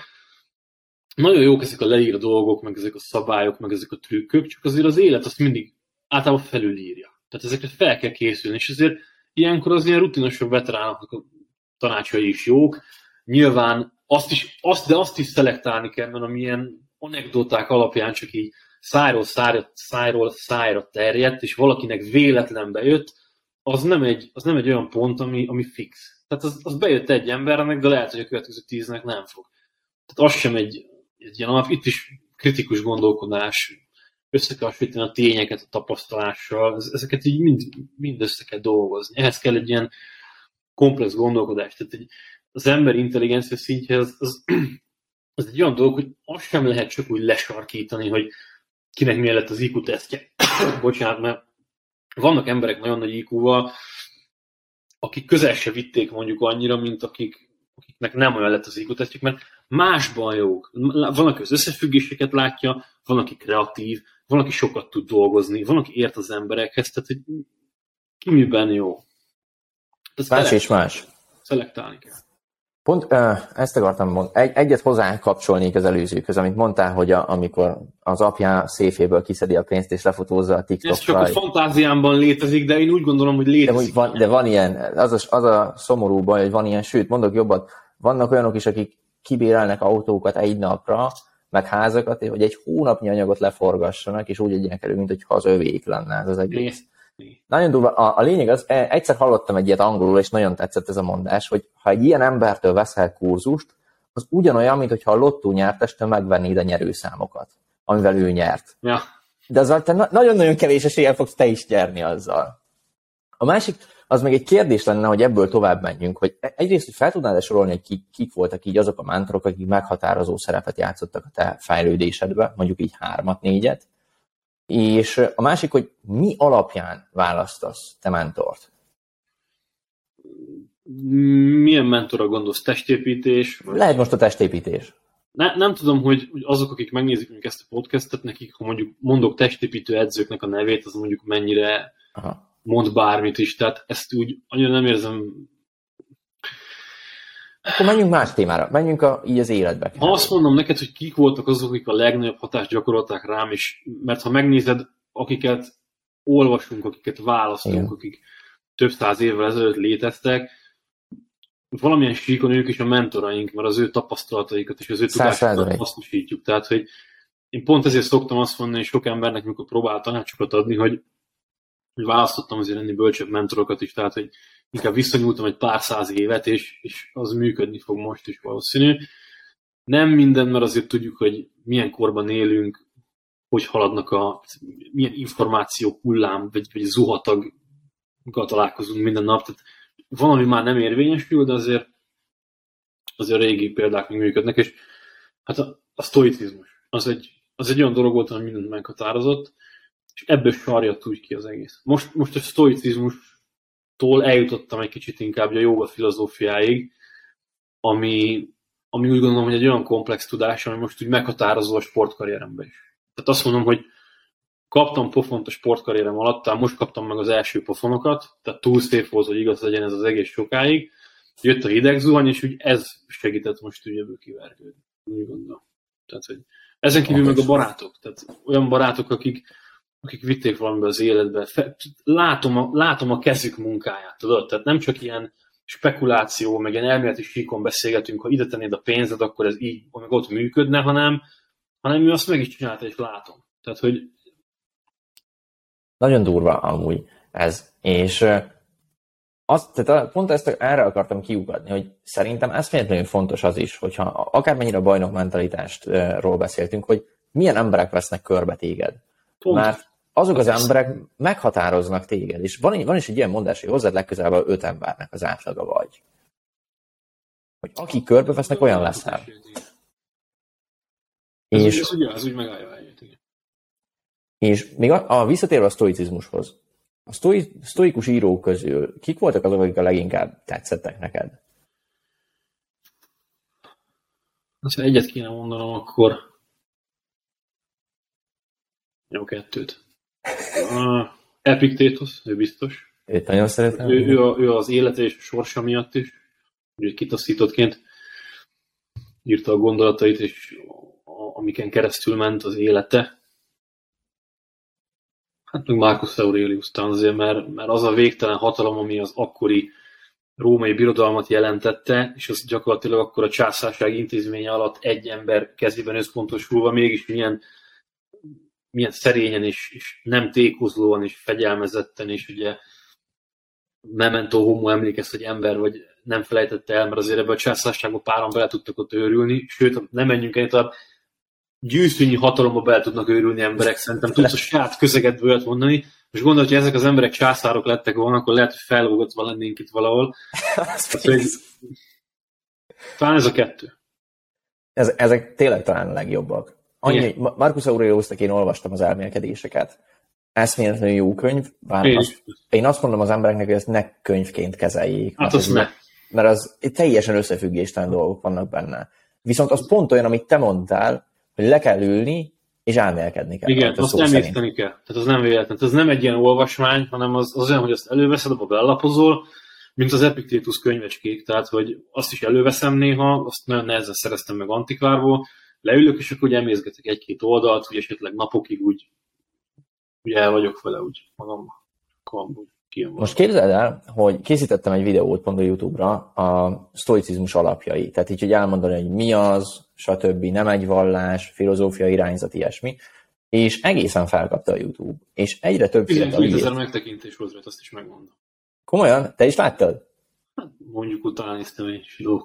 [SPEAKER 2] nagyon jók ezek a leír dolgok, meg ezek a szabályok, meg ezek a trükkök, csak azért az élet azt mindig általában felülírja. Tehát ezekre fel kell készülni, és azért ilyenkor az ilyen rutinosabb veteránoknak a tanácsai is jók. Nyilván azt is, azt, de azt is szelektálni kell, mert amilyen anekdoták alapján csak így szájról szájra, szájról szájra terjedt, és valakinek véletlen bejött, az nem egy, az nem egy olyan pont, ami, ami fix. Tehát az, az bejött egy embernek, de lehet, hogy a következő tíznek nem fog. Tehát az sem egy, egy ilyen alap, itt is kritikus gondolkodás, össze kell hasonlítani a tényeket a tapasztalással, ezeket így mind, mind össze kell dolgozni. Ehhez kell egy ilyen komplex gondolkodás. Tehát egy, az ember intelligencia szintje az, az, az egy olyan dolog, hogy azt sem lehet csak úgy lesarkítani, hogy kinek milyen lett az í kú tesztje. Bocsánat, mert vannak emberek nagyon nagy í kúval, akik közel se vitték mondjuk annyira, mint akik, akiknek nem olyan lett az í kú tesztjük, mert másban jók. Van, aki az összefüggéseket látja, van, aki kreatív, van, aki sokat tud dolgozni, van, aki ért az emberekhez, tehát hogy ki miben jó.
[SPEAKER 1] Ez más és más.
[SPEAKER 2] Szelektálni kell.
[SPEAKER 1] Pont uh, ezt akartam mondani. Egy, egyet hozzá kapcsolnék az előzőkhöz, amit mondtál, hogy a, amikor az apja széféből kiszedi a pénzt és lefotózza a TikTokra.
[SPEAKER 2] Ez csak a fantáziámban létezik, de én úgy gondolom, hogy létezik.
[SPEAKER 1] De, van, de van ilyen, az a, az a szomorú baj, hogy van ilyen, sőt, mondok jobbat, vannak olyanok is, akik kibérelnek autókat egy napra, meg házakat, hogy egy hónapnyi anyagot leforgassanak, és úgy adják elő, mint hogyha az övék lenne ez az egész. Nagyon durva. A, a lényeg az, egyszer hallottam egy ilyet angolul, és nagyon tetszett ez a mondás, hogy ha egy ilyen embertől veszel kurzust, az ugyanolyan, mint hogyha a lottó nyertestől megvennéd a nyerőszámokat, amivel ő nyert.
[SPEAKER 2] Ja.
[SPEAKER 1] De azzal te nagyon-nagyon kevés eséllyel fogsz te is nyerni azzal. A másik, az meg egy kérdés lenne, hogy ebből tovább menjünk, hogy egyrészt, hogy fel tudnád-e sorolni, hogy kik, kik voltak így azok a mentorok, akik meghatározó szerepet játszottak a te fejlődésedbe, mondjuk így hármat, négyet, és a másik, hogy mi alapján választasz te mentort?
[SPEAKER 2] Milyen mentorra gondolsz? Testépítés?
[SPEAKER 1] Vagy... Lehet most a testépítés.
[SPEAKER 2] Ne, nem tudom, hogy azok, akik megnézik mondjuk ezt a podcastet, nekik, ha mondjuk mondok testépítő edzőknek a nevét, az mondjuk mennyire Aha. mond bármit is, tehát ezt úgy annyira nem érzem.
[SPEAKER 1] Akkor menjünk más témára, menjünk a, így az életbe.
[SPEAKER 2] Ha azt mondom neked, hogy kik voltak azok, akik a legnagyobb hatást gyakorolták rám, és mert ha megnézed, akiket olvasunk, akiket választunk, Igen. akik több száz évvel ezelőtt léteztek, valamilyen síkon ők is a mentoraink, mert az ő tapasztalataikat és az ő tudásukat hasznosítjuk. Tehát, hogy én pont ezért szoktam azt mondani, hogy sok embernek, amikor próbál tanácsokat adni, hogy, hogy választottam azért enni bölcsebb mentorokat is, tehát, hogy inkább visszanyúltam egy pár száz évet, és, és az működni fog most is valószínű. Nem minden, mert azért tudjuk, hogy milyen korban élünk, hogy haladnak a, milyen információ hullám, vagy, vagy zuhataggal találkozunk minden nap. Tehát valami már nem érvényesül, de azért, azért a régi példák még működnek, és hát a, a sztoicizmus, az egy, az egy olyan dolog volt, ami mindent meghatározott, és ebből sarjadt úgy ki az egész. Most, most a sztoicizmustól eljutottam egy kicsit inkább a jóga filozófiáig, ami, ami úgy gondolom, hogy egy olyan komplex tudás, ami most úgy meghatározó a sportkarrieremben is. Tehát azt mondom, hogy kaptam pofont a sportkarrierem alatt, tehát most kaptam meg az első pofonokat, tehát túl szép volt, hogy igaz legyen ez az egész sokáig. Jött a hidegzuhany, és úgy ez segített most úgy ebből kivergődni. Úgy gondolom. Tehát, hogy ezen kívül meg a barátok. Tehát olyan barátok, akik, akik vitték valamibe az életbe. Látom a, látom a kezük munkáját, tudod? Tehát nem csak ilyen spekuláció, meg ilyen elméleti síkon beszélgetünk, ha ide tennéd a pénzed, akkor ez így, meg ott működne, hanem, hanem ő azt meg is csinálta, és látom. Tehát, hogy
[SPEAKER 1] nagyon durva amúgy ez. És azt, tehát pont ezt erre akartam kiugadni, hogy szerintem eszméletlenül fontos az is, hogyha akármennyire a bajnok mentalitástról beszéltünk, hogy milyen emberek vesznek körbe téged. Pont. Mert azok az emberek meghatároznak téged. És van, van is egy ilyen mondás, hogy hozzád legközelebb öt embernek az átlaga vagy. Hogy aki körbe vesznek, olyan leszel.
[SPEAKER 2] Ez, és, ez, ugye, ez úgy megállja a helyét, igen.
[SPEAKER 1] És még a, a visszatérve a sztoicizmushoz, a sztoi, sztoikus írók közül kik voltak azok, akik a leginkább tetszettek neked?
[SPEAKER 2] Ha egyet kéne mondanom, akkor jó, kettőt. Uh, Epiktétosz, ő biztos.
[SPEAKER 1] Őt nagyon szeretem.
[SPEAKER 2] Ő, ő, a, ő az élete és a sorsa miatt is, hogy kitaszítottként írta a gondolatait, és a, amiken keresztül ment az élete. Hát meg Marcus Aurelius azért, mert, mert az a végtelen hatalom, ami az akkori római birodalmat jelentette, és az gyakorlatilag akkor a császárság intézménye alatt egy ember kezében összpontosulva, mégis milyen, milyen szerényen és, és nem tékozlóan és fegyelmezetten, és ugye memento homo emlékez, hogy ember vagy nem felejtette el, mert azért ebben a császárságban páran bele tudtak ott őrülni, sőt, nem menjünk el, tovább, gyűszűnyi hatalomba bele tudnak őrülni emberek, szerintem tudsz a saját közegedből olyat mondani, és gondolod, hogy ezek az emberek császárok lettek volna, akkor lehet, hogy fellógatva lennénk itt valahol. Hát, hogy... Talán ez a kettő.
[SPEAKER 1] Ez, ezek tényleg talán a legjobbak. Annyi, Marcus Aureliusnak én olvastam az elmélkedéseket. Eszméletlenül jó könyv, bár én, azt, én azt mondom az embereknek, hogy ezt ne könyvként kezeljék.
[SPEAKER 2] Hát azt ne.
[SPEAKER 1] Mert az teljesen összefüggéstelen dolgok vannak benne. Viszont az pont olyan, amit te mondtál, hogy le kell ülni, és elmélkedni kell.
[SPEAKER 2] Igen, azt nem érteni kell. Tehát az nem véletlen. Tehát ez nem egy ilyen olvasmány, hanem az, az olyan, hogy azt előveszed, abba bellapozol, mint az Epiktétusz könyvecskék. Tehát, hogy azt is előveszem néha, azt nagyon nehezen szereztem meg antikvárból, leülök, és akkor úgy emészgetek egy-két oldalt, hogy esetleg napokig úgy, úgy el vagyok vele, úgy magamban.
[SPEAKER 1] Most képzeld el, hogy készítettem egy videót pont a YouTube-ra a sztoicizmus alapjai. Tehát így, hogy elmondani, hogy mi az, stb. Nem egy vallás, filozófia, irányzat, ilyesmi. És egészen felkapta a YouTube. És egyre több fiatal írt.
[SPEAKER 2] tizenegy megtekintés volt, azt is megmondom.
[SPEAKER 1] Komolyan? Te is láttad?
[SPEAKER 2] Hát mondjuk utána néztem egy filók.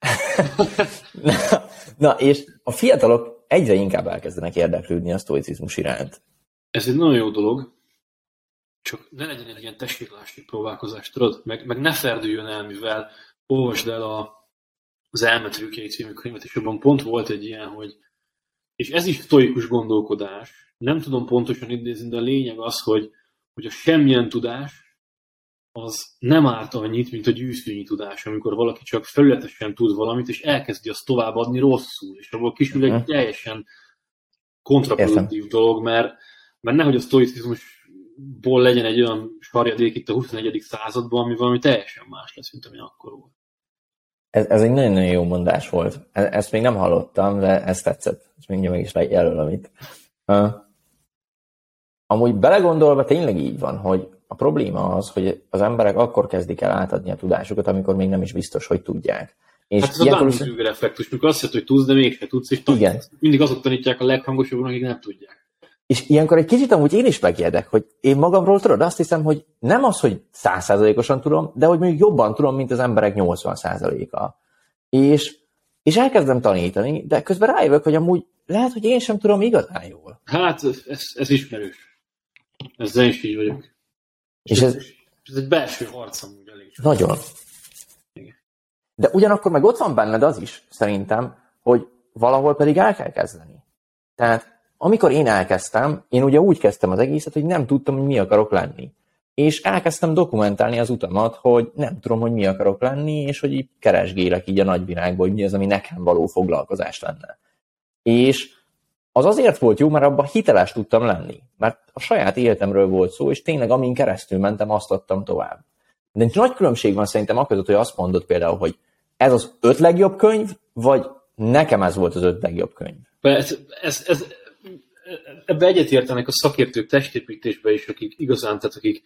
[SPEAKER 1] na, na, és a fiatalok egyre inkább elkezdenek érdeklődni a sztoicizmus iránt.
[SPEAKER 2] Ez egy nagyon jó dolog. Csak ne legyen egy ilyen testvérlási próbálkozás, tudod? Meg, meg ne ferdüljön el, mivel olvasd el a, az Elmetrőkjei című könyvet, és abban pont volt egy ilyen, hogy és ez is sztoikus gondolkodás, nem tudom pontosan idézni, de a lényeg az, hogy, hogy a semmilyen tudás az nem árt annyit, mint a gyűszűnyi tudás, amikor valaki csak felületesen tud valamit, és elkezdi azt továbbadni rosszul, és abból kisül egy uh-huh. teljesen kontraproduktív dolog, mert, mert nehogy a sztoicizmusból legyen egy olyan sarjadék itt a huszonegyedik században, ami valami teljesen más lesz, mint ami akkor volt.
[SPEAKER 1] Ez, ez egy nagyon-nagyon jó mondás volt. Ezt még nem hallottam, de ez tetszett. Ezt még meg is jelölöm itt. Uh, amúgy belegondolva tényleg így van, hogy a probléma az, hogy az emberek akkor kezdik el átadni a tudásukat, amikor még nem is biztos, hogy tudják.
[SPEAKER 3] És hát ez a Dunning-Kruger effektus, mikor azt hiszed, hogy tudsz, de mégsem tudsz, és
[SPEAKER 1] igen.
[SPEAKER 3] mindig azok tanítják a leghangosabbak, akik nem tudják.
[SPEAKER 1] És ilyenkor egy kicsit amúgy én is megijedek, hogy én magamról tudod, azt hiszem, hogy nem az, hogy száz százalékosan tudom, de hogy mondjuk jobban tudom, mint az emberek nyolcvan százaléka. És, és elkezdem tanítani, de közben rájövök, hogy amúgy lehet, hogy én sem tudom igazán jól.
[SPEAKER 3] Hát ez, ez ismerős. Ezzel is így vagyok.
[SPEAKER 1] És ez,
[SPEAKER 3] ez egy belső harc amúgy elég.
[SPEAKER 1] Nagyon. Igen. De ugyanakkor meg ott van benned az is, szerintem, hogy valahol pedig el kell kezdeni. Tehát amikor én elkezdtem, én ugye úgy kezdtem az egészet, hogy nem tudtam, hogy mi akarok lenni. És elkezdtem dokumentálni az utamat, hogy nem tudom, hogy mi akarok lenni, és hogy így keresgélek így a nagyvilágban, hogy mi az, ami nekem való foglalkozás lenne. És az azért volt jó, mert abban hiteles tudtam lenni. Mert a saját életemről volt szó, és tényleg amin keresztül mentem, azt adtam tovább. De nagy különbség van szerintem aközött, hogy azt mondod például, hogy ez az öt legjobb könyv, vagy nekem ez volt az öt legjobb könyv.
[SPEAKER 3] Ez, ez, ez, ebbe egyetértenek a szakértők testépítésben is, akik igazán, tehát akik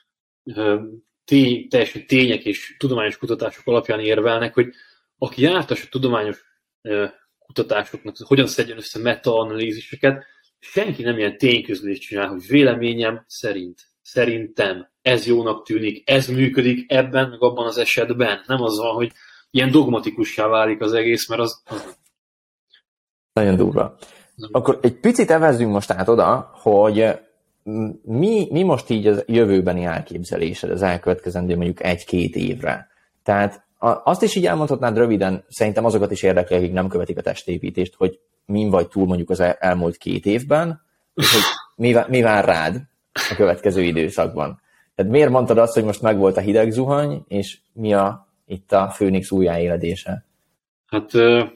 [SPEAKER 3] tény, teljesen tények és tudományos kutatások alapján érvelnek, hogy aki jártas a tudományos kutatásoknak, hogyan szedjen össze meta-analíziseket, senki nem ilyen tényközlést csinál, hogy véleményem szerint, szerintem, ez jónak tűnik, ez működik ebben, meg abban az esetben. Nem az van, hogy ilyen dogmatikussá válik az egész, mert az... az...
[SPEAKER 1] Nagyon durva. Akkor egy picit evezzünk most át oda, hogy mi, mi most így az jövőbeni elképzelésed az elkövetkezendő mondjuk egy-két évre. Tehát azt is így elmondhatnád röviden, szerintem azokat is érdekli, akik nem követik a testépítést, hogy min vagy túl mondjuk az elmúlt két évben, és hogy mi, mi vár rád a következő időszakban. Tehát miért mondtad azt, hogy most megvolt a hideg zuhany, és mi a, itt a Főnix újjáéledése?
[SPEAKER 3] Hát ö,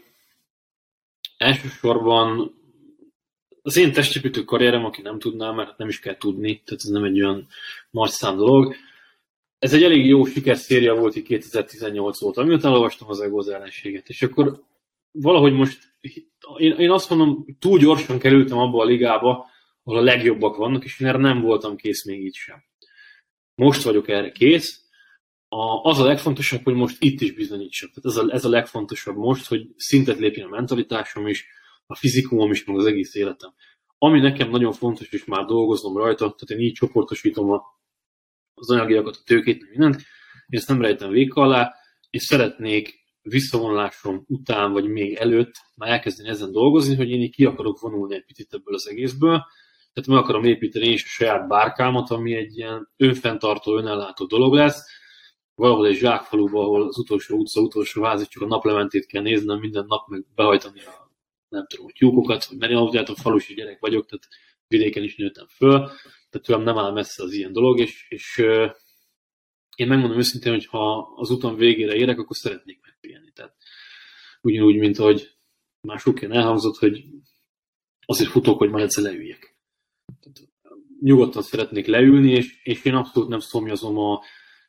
[SPEAKER 3] elsősorban az én testépítő karrierem, aki nem tudná, mert nem is kell tudni, tehát ez nem egy olyan nagy szám dolog. Ez egy elég jó sikerszéria volt így kétezer-tizennyolc óta, miután olvastam az Ego az ellenséget, és akkor valahogy most, én, én azt mondom, túl gyorsan kerültem abba a ligába, ahol a legjobbak vannak, és én erre nem voltam kész még így sem. Most vagyok erre kész. A, az a legfontosabb, hogy most itt is bizonyítsak. Tehát ez a, ez a legfontosabb most, hogy szintet lépjen a mentalitásom is, a fizikumom is, meg az egész életem. Ami nekem nagyon fontos, és már dolgozom rajta, tehát én így csoportosítom a, az anyagiakat, a tőkét, mindent, én ezt nem rejtem véka alá, és szeretnék visszavonulásom után, vagy még előtt már elkezdeni ezen dolgozni, hogy én így ki akarok vonulni egy picit ebből az egészből. Tehát meg akarom építeni én is a saját bárkámat, ami egy ilyen önfenntartó, önellátó dolog lesz. Valahol egy zsákfaluban, ahol az utolsó utca, utolsó ház, csak a naplementét kell néznem, minden nap meg behajtani a nem tudom, hogy tyúkokat, mert én a falusi gyerek vagyok, tehát vidéken is nőttem föl, tehát tőlem nem áll messze az ilyen dolog, és, és euh, én megmondom őszintén, hogy ha az utam végére érek, akkor szeretnék megpihenni. Tehát ugyanúgy, mint ahogy már sok ilyen elhangzott, hogy azért futok, hogy majd egyszer leüljek. Tehát nyugodtan szeretnék leülni, és, és én abszolút nem szomjazom a,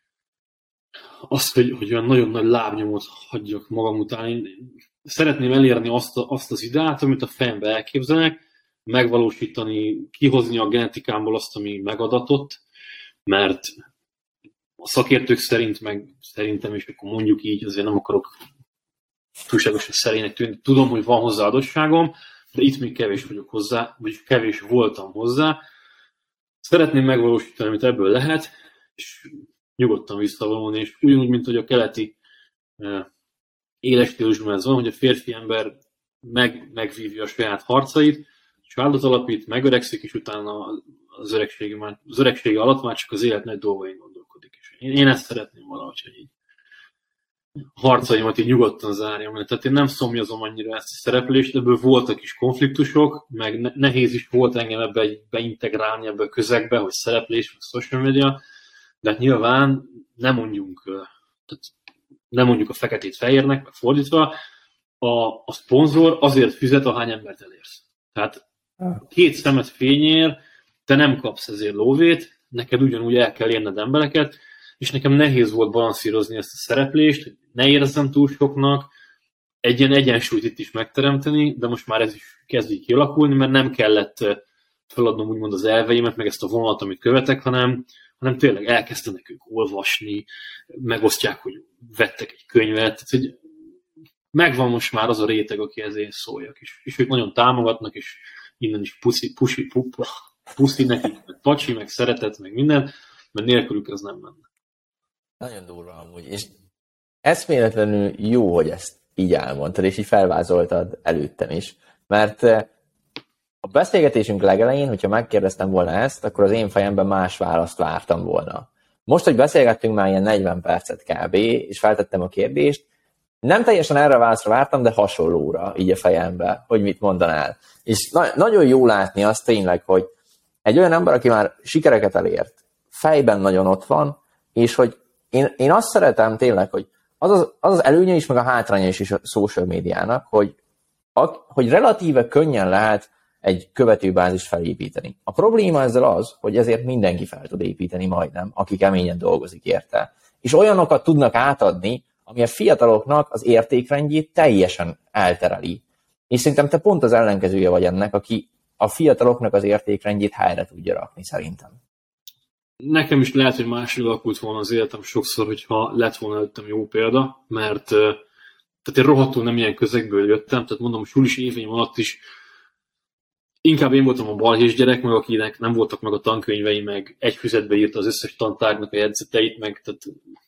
[SPEAKER 3] azt, hogy, hogy olyan nagyon nagy lábnyomot hagyjak magam után. Én szeretném elérni azt, a, azt az ideát, amit a fejembe elképzelek, megvalósítani, kihozni a genetikámból azt, ami megadatott, mert a szakértők szerint, meg szerintem, és akkor mondjuk így, azért nem akarok túlságosan szerénynek tűnni, tudom, hogy van hozzá adottságom, de itt még kevés vagyok hozzá, vagy kevés voltam hozzá. Szeretném megvalósítani, amit ebből lehet, és nyugodtan visszavonulni, és ugyanúgy, mint hogy a keleti eh, éles stílusban ez van, hogy a férfi ember meg, megvívja a saját harcait, családot alapít, megöregszik, és utána az öregsége, már, az öregsége alatt már csak az élet nagy dolgain gondolkodik. És én, én ezt szeretném valahogy, hogy így harcaimat így nyugodtan zárjam. Tehát én nem szomjazom annyira ezt a szereplést, ebből voltak is konfliktusok, meg nehéz is volt engem ebbe beintegrálni ebbe a közegbe, hogy szereplés, meg social media, de hát nyilván nem mondjunk, tehát nem mondjuk a feketét fehérnek, meg fordítva, a, a szponzor azért fizet, ahány embert elérsz. Tehát két szemet fényér, te nem kapsz ezért lóvét, neked ugyanúgy el kell érned embereket, és nekem nehéz volt balanszírozni ezt a szereplést, hogy ne érezzem túl soknak, egy ilyen egyensúlyt itt is megteremteni, de most már ez is kezd így kialakulni, mert nem kellett feladnom úgymond az elveimet, meg ezt a vonalat, amit követek, hanem, hanem tényleg elkezdenek ők olvasni, megosztják, hogy vettek egy könyvet, tehát, hogy megvan most már az a réteg, aki ezért szóljak, és, és ők nagyon támogatnak, és innen is puszi, puszi, puszi, puszi nekik, meg pacsi, meg szeretet, meg minden, mert nélkülük ez nem menne.
[SPEAKER 1] Nagyon durva amúgy, és eszméletlenül jó, hogy ezt így elmondtad, és így felvázoltad előttem is, mert a beszélgetésünk legelején, hogyha megkérdeztem volna ezt, akkor az én fejemben más választ vártam volna. Most, hogy beszélgettünk már ilyen negyven percet kb., és feltettem a kérdést, nem teljesen erre a válaszra vártam, de hasonlóra így a fejembe, hogy mit mondanál. És na- nagyon jó látni azt tényleg, hogy egy olyan ember, aki már sikereket elért, fejben nagyon ott van, és hogy én, én azt szeretem tényleg, hogy az az, az az előnye is, meg a hátránya is, is a social médiának, hogy, a, hogy relatíve könnyen lehet egy követőbázist felépíteni. A probléma ezzel az, hogy ezért mindenki fel tud építeni majdnem, aki keményen dolgozik érte. És olyanokat tudnak átadni, ami a fiataloknak az értékrendjét teljesen eltereli. És szerintem te pont az ellenkezője vagy ennek, aki a fiataloknak az értékrendjét helyre tudja rakni, szerintem.
[SPEAKER 3] Nekem is lehet, hogy máshogy alakult volna az életem sokszor, hogyha lett volna előttem jó példa, mert tehát én rohadtul nem ilyen közegből jöttem, tehát mondom, a sulis éveim alatt is inkább én voltam a balhés gyerek, meg akinek nem voltak meg a tankönyvei, meg egy füzetbe írta az összes tantárgynak a jegyzeteit, meg tehát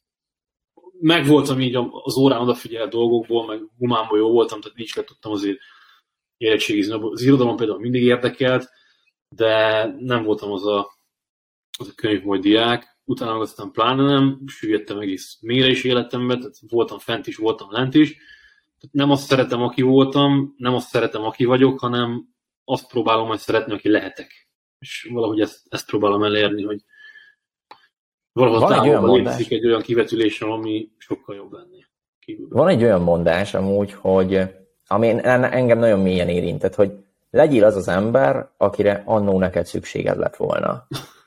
[SPEAKER 3] meg voltam így az órán odafigyelt dolgokból, meg humánból jó voltam, tehát így le tudtam azért érettségizni. Az irodalom például mindig érdekelt, de nem voltam az a, az a könyvmoly diák. Utána aztán pláne nem, süllyedtem egész mélyre is életembe, tehát voltam fent is, voltam lent is. Tehát nem azt szeretem, aki voltam, nem azt szeretem, aki vagyok, hanem azt próbálom majd szeretni, aki lehetek. És valahogy ezt, ezt próbálom elérni, hogy valahol távolban létezik egy olyan kivetülésem, ami sokkal jobb lenni. Kívülben.
[SPEAKER 1] Van egy olyan mondás amúgy, hogy ami engem nagyon mélyen érintett, hogy legyél az az ember, akire annó neked szükséged lett volna.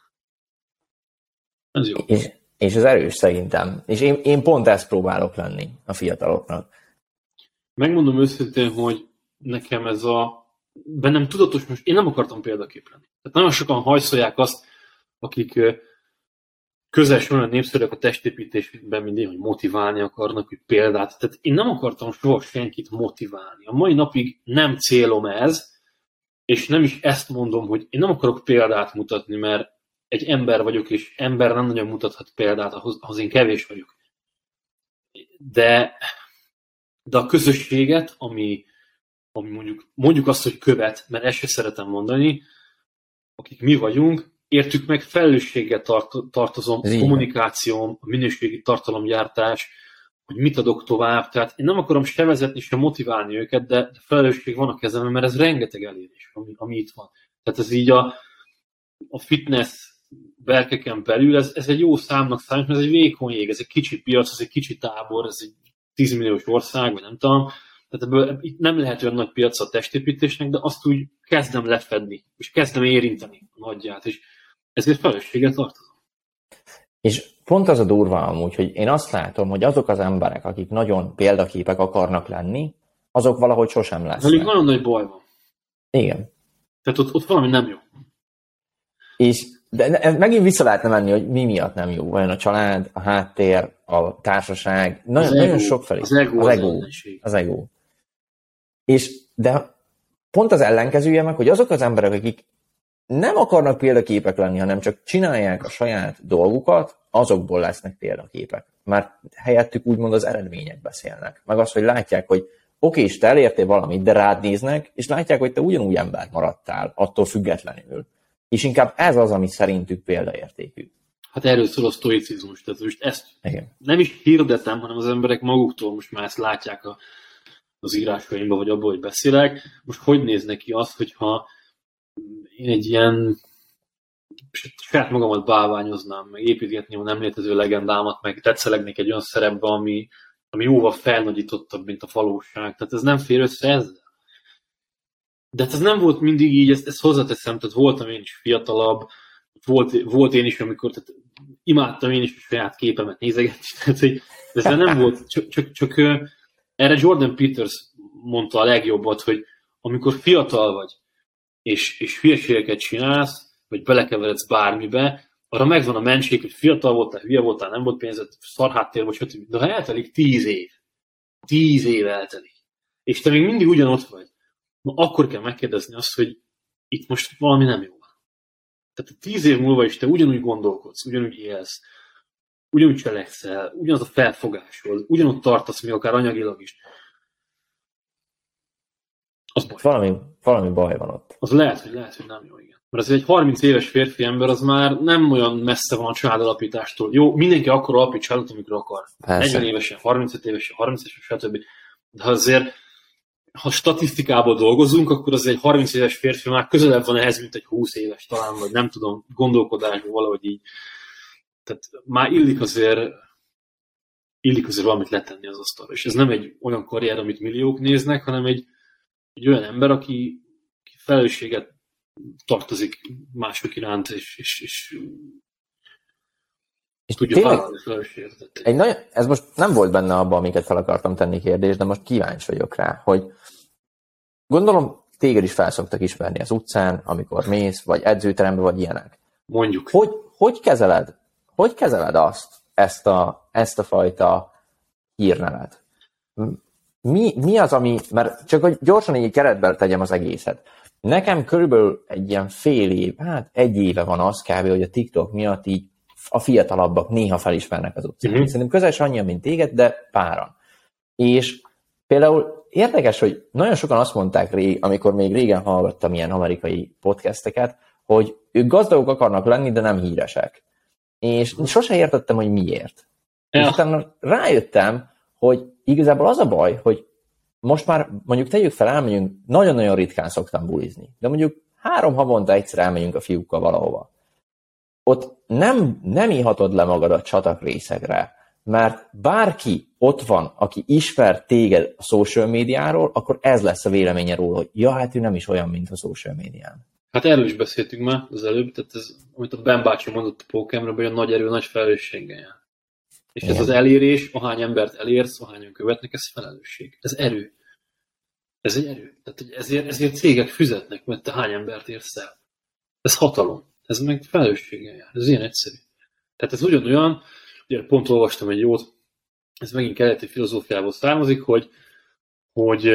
[SPEAKER 3] Ez jó.
[SPEAKER 1] És, és ez erős szerintem. És én, én pont ezt próbálok lenni a fiataloknak.
[SPEAKER 3] Megmondom őszintén, hogy nekem ez a bennem tudatos, most én nem akartam példakép lenni. Tehát nagyon sokan hajszolják azt, akik közel olyan népszerűek a testépítésben, mint én, hogy motiválni akarnak, hogy példát. Tehát én nem akartam soha senkit motiválni. A mai napig nem célom ez, és nem is ezt mondom, hogy én nem akarok példát mutatni, mert egy ember vagyok, és ember nem nagyon mutathat példát, ahhoz, ahhoz én kevés vagyok. De, de a közösséget, ami, ami mondjuk, mondjuk azt, hogy követ, mert ezt sem szeretem mondani, akik mi vagyunk, értük meg, felelősséggel tart, tartozom, a kommunikációm, a minőségi tartalomgyártás, hogy mit adok tovább. Tehát én nem akarom se vezetni, se motiválni őket, de felelősség van a kezemben, mert ez rengeteg elérés, ami, ami itt van. Tehát ez így a, a fitness berkeken belül, ez, ez egy jó számnak számít, mert ez egy vékony jég, ez egy kicsi piac, ez egy kicsi tábor, ez egy tízmilliós ország, vagy nem tudom. Tehát ebből itt nem lehet olyan nagy piac a testépítésnek, de azt úgy kezdem lefedni, és kezdem érinteni a nagyját, és ezért felelősséggel tartozom.
[SPEAKER 1] És pont az a durva amúgy, hogy én azt látom, hogy azok az emberek, akik nagyon példaképek akarnak lenni, azok valahogy sosem lesznek.
[SPEAKER 3] Velük nagyon nagy baj van.
[SPEAKER 1] Igen. Tehát
[SPEAKER 3] ott, ott valami nem jó.
[SPEAKER 1] És de megint vissza lehetne menni, hogy mi miatt nem jó. Vajon a család, a háttér, a társaság, nagyon,
[SPEAKER 3] az
[SPEAKER 1] nagyon
[SPEAKER 3] ego,
[SPEAKER 1] sok felé.
[SPEAKER 3] Az ego.
[SPEAKER 1] Az ego. Az ego. És de pont az ellenkezője meg, hogy azok az emberek, akik nem akarnak példaképek lenni, hanem csak csinálják a saját dolgukat, azokból lesznek példaképek. Mert helyettük úgymond az eredmények beszélnek. Meg az, hogy látják, hogy oké, és te elértél valamit, de rád néznek, és látják, hogy te ugyanúgy ember maradtál, attól függetlenül. És inkább ez az, ami szerintük példaértékű.
[SPEAKER 3] Hát erről szól a sztoicizmus. Tehát most ezt
[SPEAKER 1] Igen.
[SPEAKER 3] nem is hirdetem, hanem az emberek maguktól most már ezt látják a, az írásaimban, vagy abból, hogy beszélek. Most hogy néz neki az, hogyha én egy ilyen saját magamat bálványoznám, meg építgetném a nem létező legendámat, meg tetszelegnék egy olyan szerepbe, ami, ami jóval felnagyítottabb, mint a valóság. Tehát ez nem fér össze ezzel. De hát ez nem volt mindig így, ezt, ezt hozzáteszem, tehát voltam én is fiatalabb, volt, volt én is, amikor tehát imádtam én is a saját képemet nézegetni, tehát hogy ez nem volt, csak, csak, csak erre Jordan Peters mondta a legjobbat, hogy amikor fiatal vagy, és, és hülyeségeket csinálsz, vagy belekeveredsz bármibe, arra megvan a mentség, hogy fiatal voltál, hülye voltál, nem volt pénzed, szarháttér vagy, stb. De ha eltelik tíz év, tíz év eltelik, és te még mindig ugyanott vagy, na akkor kell megkérdezni azt, hogy itt most valami nem jó van. Tehát tíz év múlva is te ugyanúgy gondolkodsz, ugyanúgy élsz, ugyanúgy cselekszel, ugyanaz a felfogásod, ugyanúgy tartasz, mi akár anyagilag is. Az baj.
[SPEAKER 1] Valami, valami baj van ott.
[SPEAKER 3] Az lehet, hogy lehet, hogy nem jó, igen. Mert az egy harminc éves férfi ember, az már nem olyan messze van a családalapítástól. Jó, mindenki akkor alapít családot, amikor akar.
[SPEAKER 1] Persze.
[SPEAKER 3] negyven évesen, harmincöt évesen, harminc évesen, stb. De azért, ha statisztikából dolgozunk, akkor az egy harminc éves férfi már közelebb van ehhez, mint egy húsz éves talán, vagy nem tudom, gondolkodásban valahogy így. Tehát már illik azért, illik azért valamit letenni az asztalra. És ez nem egy olyan karrier, amit milliók néznek, hanem egy, egy olyan ember, aki, aki felelősséget tartozik mások iránt, és, és, és, és tudja vállalni felelősséget.
[SPEAKER 1] Egy nagyon, ez most nem volt benne abban, amiket fel akartam tenni kérdés, de most kíváncsi vagyok rá, hogy gondolom téged is felszoktak ismerni az utcán, amikor mész, vagy edzőterembe, vagy ilyenek.
[SPEAKER 3] Mondjuk.
[SPEAKER 1] Hogy, hogy kezeled, hogy kezeled azt, ezt a, ezt a fajta hírnevet? Mi, mi az, ami, mert csak hogy gyorsan így keretben tegyem az egészet. Nekem körülbelül egy ilyen fél év, hát egy éve van az kb., hogy a TikTok miatt így a fiatalabbak néha felismernek az utcán. Mm-hmm. Szerintem közel is annyian, mint téged, de páran. És például érdekes, hogy nagyon sokan azt mondták, rég, amikor még régen hallgattam ilyen amerikai podcasteket, hogy ők gazdagok akarnak lenni, de nem híresek. És sose értettem, hogy miért. Ja. És utána rájöttem, hogy igazából az a baj, hogy most már mondjuk tegyük fel, elmegyünk, nagyon-nagyon ritkán szoktam bulizni, de mondjuk három havonta egyszer elmegyünk a fiúkkal valahova. Ott nem, nem ihatod le magad a csatak részegre, mert bárki ott van, aki ismer téged a social médiáról, akkor ez lesz a véleménye róla, hogy ja, hát ő nem is olyan, mint a social médián.
[SPEAKER 3] Hát erről is beszéltünk már az előbb, tehát ez, amit a Ben bácsi mondott a Pókemről, hogy a nagy erő nagy felelősséggel jár. És igen. Ez az elérés, ahány embert elérsz, ahányan követnek, ez felelősség. Ez erő. Ez egy erő. Tehát hogy ezért, ezért cégek fizetnek, mert te hány embert érsz el. Ez hatalom. Ez meg felelősséggel jár. Ez ilyen egyszerű. Tehát ez ugyanolyan, ugye pont olvastam egy jót, ez megint keleti filozófiából származik, hogy, hogy,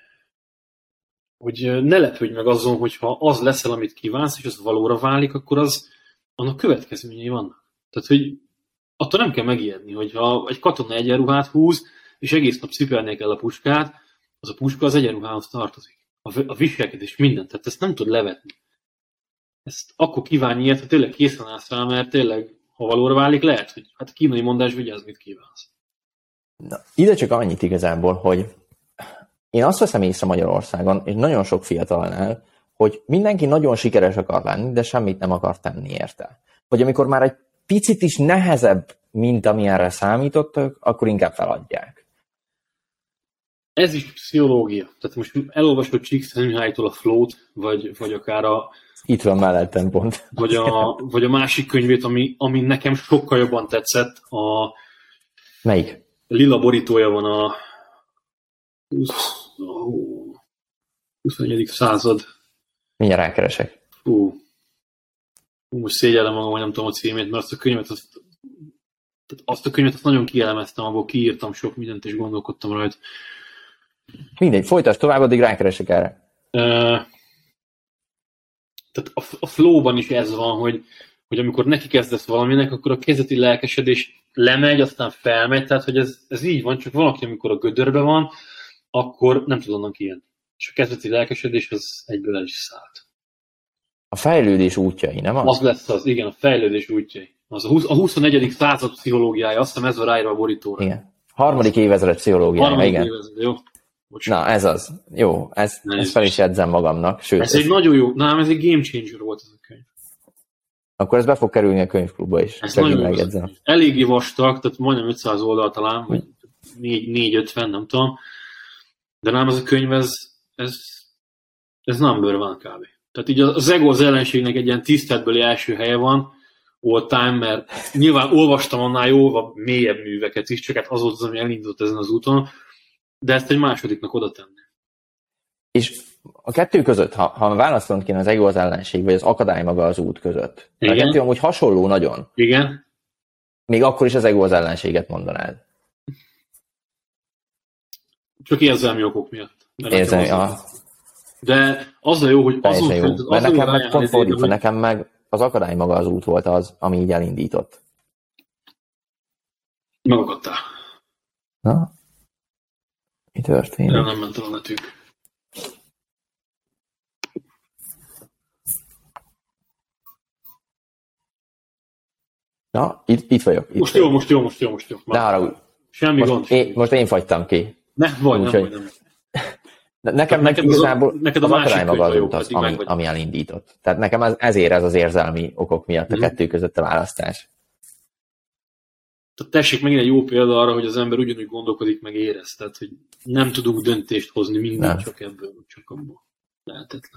[SPEAKER 3] hogy ne lepődj meg azon, hogyha az leszel, amit kívánsz, és az valóra válik, akkor az, annak következményei vannak. Tehát, hogy attól nem kell megijedni, hogyha egy katona egyenruhát húz, és egész nap cipelnie kell a puskát, az a puska az egyenruhához tartozik. A, a viselkedés mindent, tehát ezt nem tud levetni. Ezt akkor kívánj ilyet, ha tényleg készen állsz rá, mert tényleg, ha valóra válik, lehet, hogy hát a kínai mondás, vigyázz, mit kívánsz.
[SPEAKER 1] Na, ide csak annyit igazából, hogy én azt veszem észre Magyarországon, és nagyon sok fiatalnál, hogy mindenki nagyon sikeres akar lenni, de semmit nem akar tenni érte. Vagy amikor már egy picit is nehezebb, mint amilyenre számítottak, akkor inkább feladják.
[SPEAKER 3] Ez is pszichológia. Tehát most elolvasod Csíkszentmihálytól a Flow-t, vagy, vagy akár a...
[SPEAKER 1] Itt van mellettem pont.
[SPEAKER 3] Vagy a, vagy a másik könyvét, ami, ami nekem sokkal jobban tetszett. A...
[SPEAKER 1] Melyik?
[SPEAKER 3] Lila borítója van a huszonegyedik század.
[SPEAKER 1] Mindjárt rákeresek.
[SPEAKER 3] Hú. Hú, most szégyellem magam, hogy nem tudom a címét, mert azt a könyvet, azt, tehát azt a könyvet azt nagyon kielemeztem, abból kiírtam sok mindent, és gondolkodtam rajta.
[SPEAKER 1] Mindegy, folytasd tovább, addig rákeresek erre.
[SPEAKER 3] Uh, tehát a, a flow-ban is ez van, hogy, hogy amikor neki kezdesz valaminek, akkor a kezdeti lelkesedés lemegy, aztán felmegy, tehát hogy ez, ez így van, csak valaki, amikor a gödörbe van, akkor nem tud onnan kijönni. És a kezdeti lelkesedés az egyből el is szállt.
[SPEAKER 1] A fejlődés útjai, nem az?
[SPEAKER 3] Az lesz az, igen, a fejlődés útjai. Az a, húsz, a huszonegyedik század pszichológiája, azt hiszem ez van ráírva a borítóra.
[SPEAKER 1] Igen. Harmadik évezred pszichológiája,
[SPEAKER 3] Harmadik
[SPEAKER 1] igen.
[SPEAKER 3] Évezred, jó. Bocsánat.
[SPEAKER 1] Na, ez az. Jó, ezt, ezt fel is jegyzem magamnak. Sőt,
[SPEAKER 3] ez, ez egy nagyon jó, nem, ez egy game changer volt ez a könyv.
[SPEAKER 1] Akkor ez be fog kerülni a könyvklubba is.
[SPEAKER 3] Ez nagyon megjegyzem. Eléggé vastag, tehát majdnem ötszáz oldal talán, vagy négy ötven, nem tudom. De nem, ez a könyv, ez, ez, ez number van kb. Tehát így az ego az ellenségnek egy ilyen tiszteletbeli első helye van, all time, mert nyilván olvastam annál jóval mélyebb műveket is, csak hát az volt az, ami elindult ezen az úton, de ezt egy másodiknak oda tenni.
[SPEAKER 1] és a kettő között, ha, ha választanod kéne az ego az ellenség, vagy az akadály maga az út között, a kettő amúgy hasonló nagyon.
[SPEAKER 3] Igen.
[SPEAKER 1] Még akkor is az ego az ellenséget mondanád.
[SPEAKER 3] Csak érzelmi okok miatt.
[SPEAKER 1] Érzelmi, aha.
[SPEAKER 3] De az a jó, hogy azon...
[SPEAKER 1] Jó. Az Mert nekem meg pont fordítva, hogy... nekem meg az akadály maga az út volt az, ami így elindított.
[SPEAKER 3] Megakadtál.
[SPEAKER 1] Na? Mi történik?
[SPEAKER 3] Nem, nem ment el a netünk.
[SPEAKER 1] Na, itt, itt vagyok. Itt
[SPEAKER 3] most
[SPEAKER 1] vagyok.
[SPEAKER 3] jó, most jó, most jó, most jó.
[SPEAKER 1] Ne haragudj.
[SPEAKER 3] Semmi
[SPEAKER 1] most
[SPEAKER 3] gond.
[SPEAKER 1] Én, most én fagytam ki.
[SPEAKER 3] Ne, vagy,
[SPEAKER 1] Úgy,
[SPEAKER 3] nem,
[SPEAKER 1] hogy...
[SPEAKER 3] vagy, nem.
[SPEAKER 1] Nekem meg
[SPEAKER 3] neked
[SPEAKER 1] igazából
[SPEAKER 3] az, neked a
[SPEAKER 1] az akadály maga az
[SPEAKER 3] jó,
[SPEAKER 1] út az, ami, ami elindított. Tehát nekem ez, ezért ez az érzelmi okok miatt a mm. kettő között a választás.
[SPEAKER 3] Tehát tessék megint egy jó példa arra, hogy az ember ugyanúgy gondolkodik, meg érez. Tehát, hogy nem tudunk döntést hozni minden csak ebből, csak abból. Lehetetlen.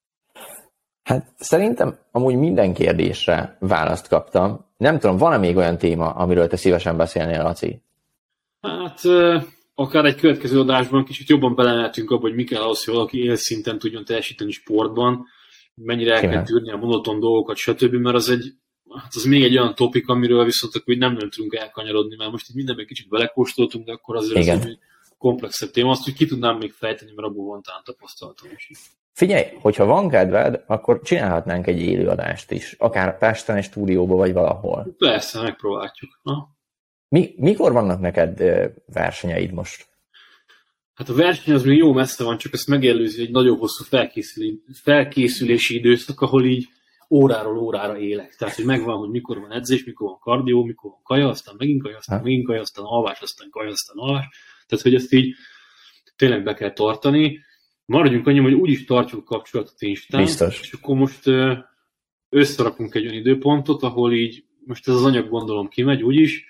[SPEAKER 1] Hát szerintem amúgy minden kérdésre választ kaptam. Nem tudom, van-e még olyan téma, amiről te szívesen beszélnél, Laci?
[SPEAKER 3] Hát... akár egy következő adásban kicsit jobban belemeltünk abba, hogy mi kell ahhoz, hogy valaki élszinten tudjon teljesíteni sportban, mennyire el kell tűrni a monoton dolgokat, stb., mert az egy, hát az még egy olyan topik, amiről viszont akkor nem nem tudunk elkanyarodni, mert most itt mindenben kicsit belekóstoltunk, de akkor azért igen. Az egy komplexebb téma, azt, hogy ki tudnám még fejteni, mert abból van talán tapasztalatom is.
[SPEAKER 1] Figyelj, hogyha van kedved, akkor csinálhatnánk egy élőadást is, akár Pesten, egy stúdióban, vagy valahol.
[SPEAKER 3] Persze, megpróbáljuk. Ha?
[SPEAKER 1] Mi, mikor vannak neked versenyeid most?
[SPEAKER 3] Hát a verseny az még jó messze van, csak ezt megelőzi egy nagyon hosszú felkészülési időszak, ahol így óráról órára élek. Tehát, hogy megvan, hogy mikor van edzés, mikor van kardió, mikor van kaja, aztán megint kaja, aztán ha? megint kaja, aztán alvás, aztán kaja, aztán alvás. Tehát, hogy ezt így tényleg be kell tartani. Maradjunk annyi, hogy úgyis tartjuk a kapcsolatot Instán.
[SPEAKER 1] Biztos.
[SPEAKER 3] És akkor most összerakunk egy olyan időpontot, ahol így, most ez az anyag gondolom kimegy úgyis,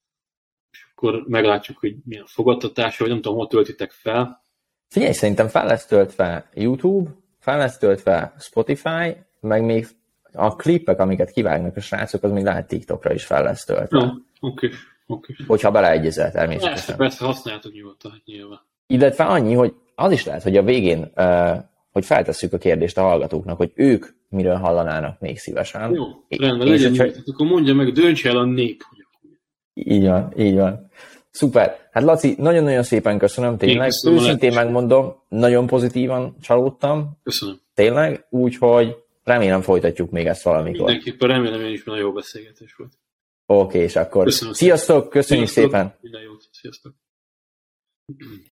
[SPEAKER 3] akkor meglátjuk, hogy milyen fogadtatása, vagy nem tudom, hol töltitek fel.
[SPEAKER 1] Figyelj, szerintem fel lesz töltve YouTube, fel lesz töltve Spotify, meg még a klipek, amiket kivágnak a srácok, az még lehet TikTokra is fel lesz töltve.
[SPEAKER 3] No, oké, okay, oké. Okay.
[SPEAKER 1] Hogyha beleegyezel természetesen.
[SPEAKER 3] Persze, persze, használjátok nyugodtan, nyilván.
[SPEAKER 1] Illetve annyi, hogy az is lehet, hogy a végén, uh, hogy feltesszük a kérdést a hallgatóknak, hogy ők miről hallanának még szívesen.
[SPEAKER 3] Jó, rendben, legyen hogy... akkor mondja meg, döntse el a nép, hogy
[SPEAKER 1] így van, így van. Szuper. Hát Laci, nagyon-nagyon szépen köszönöm, tényleg. Köszönöm, őszintén megmondom, nagyon pozitívan csalódtam.
[SPEAKER 3] Köszönöm.
[SPEAKER 1] Tényleg, úgyhogy remélem folytatjuk még ezt valamikor.
[SPEAKER 3] Mindenképpen remélem én is, nagyon jó beszélgetés volt.
[SPEAKER 1] Oké, és akkor
[SPEAKER 3] köszönöm
[SPEAKER 1] sziasztok, köszönjük
[SPEAKER 3] sziasztok.
[SPEAKER 1] szépen.
[SPEAKER 3] Minden jót, sziasztok.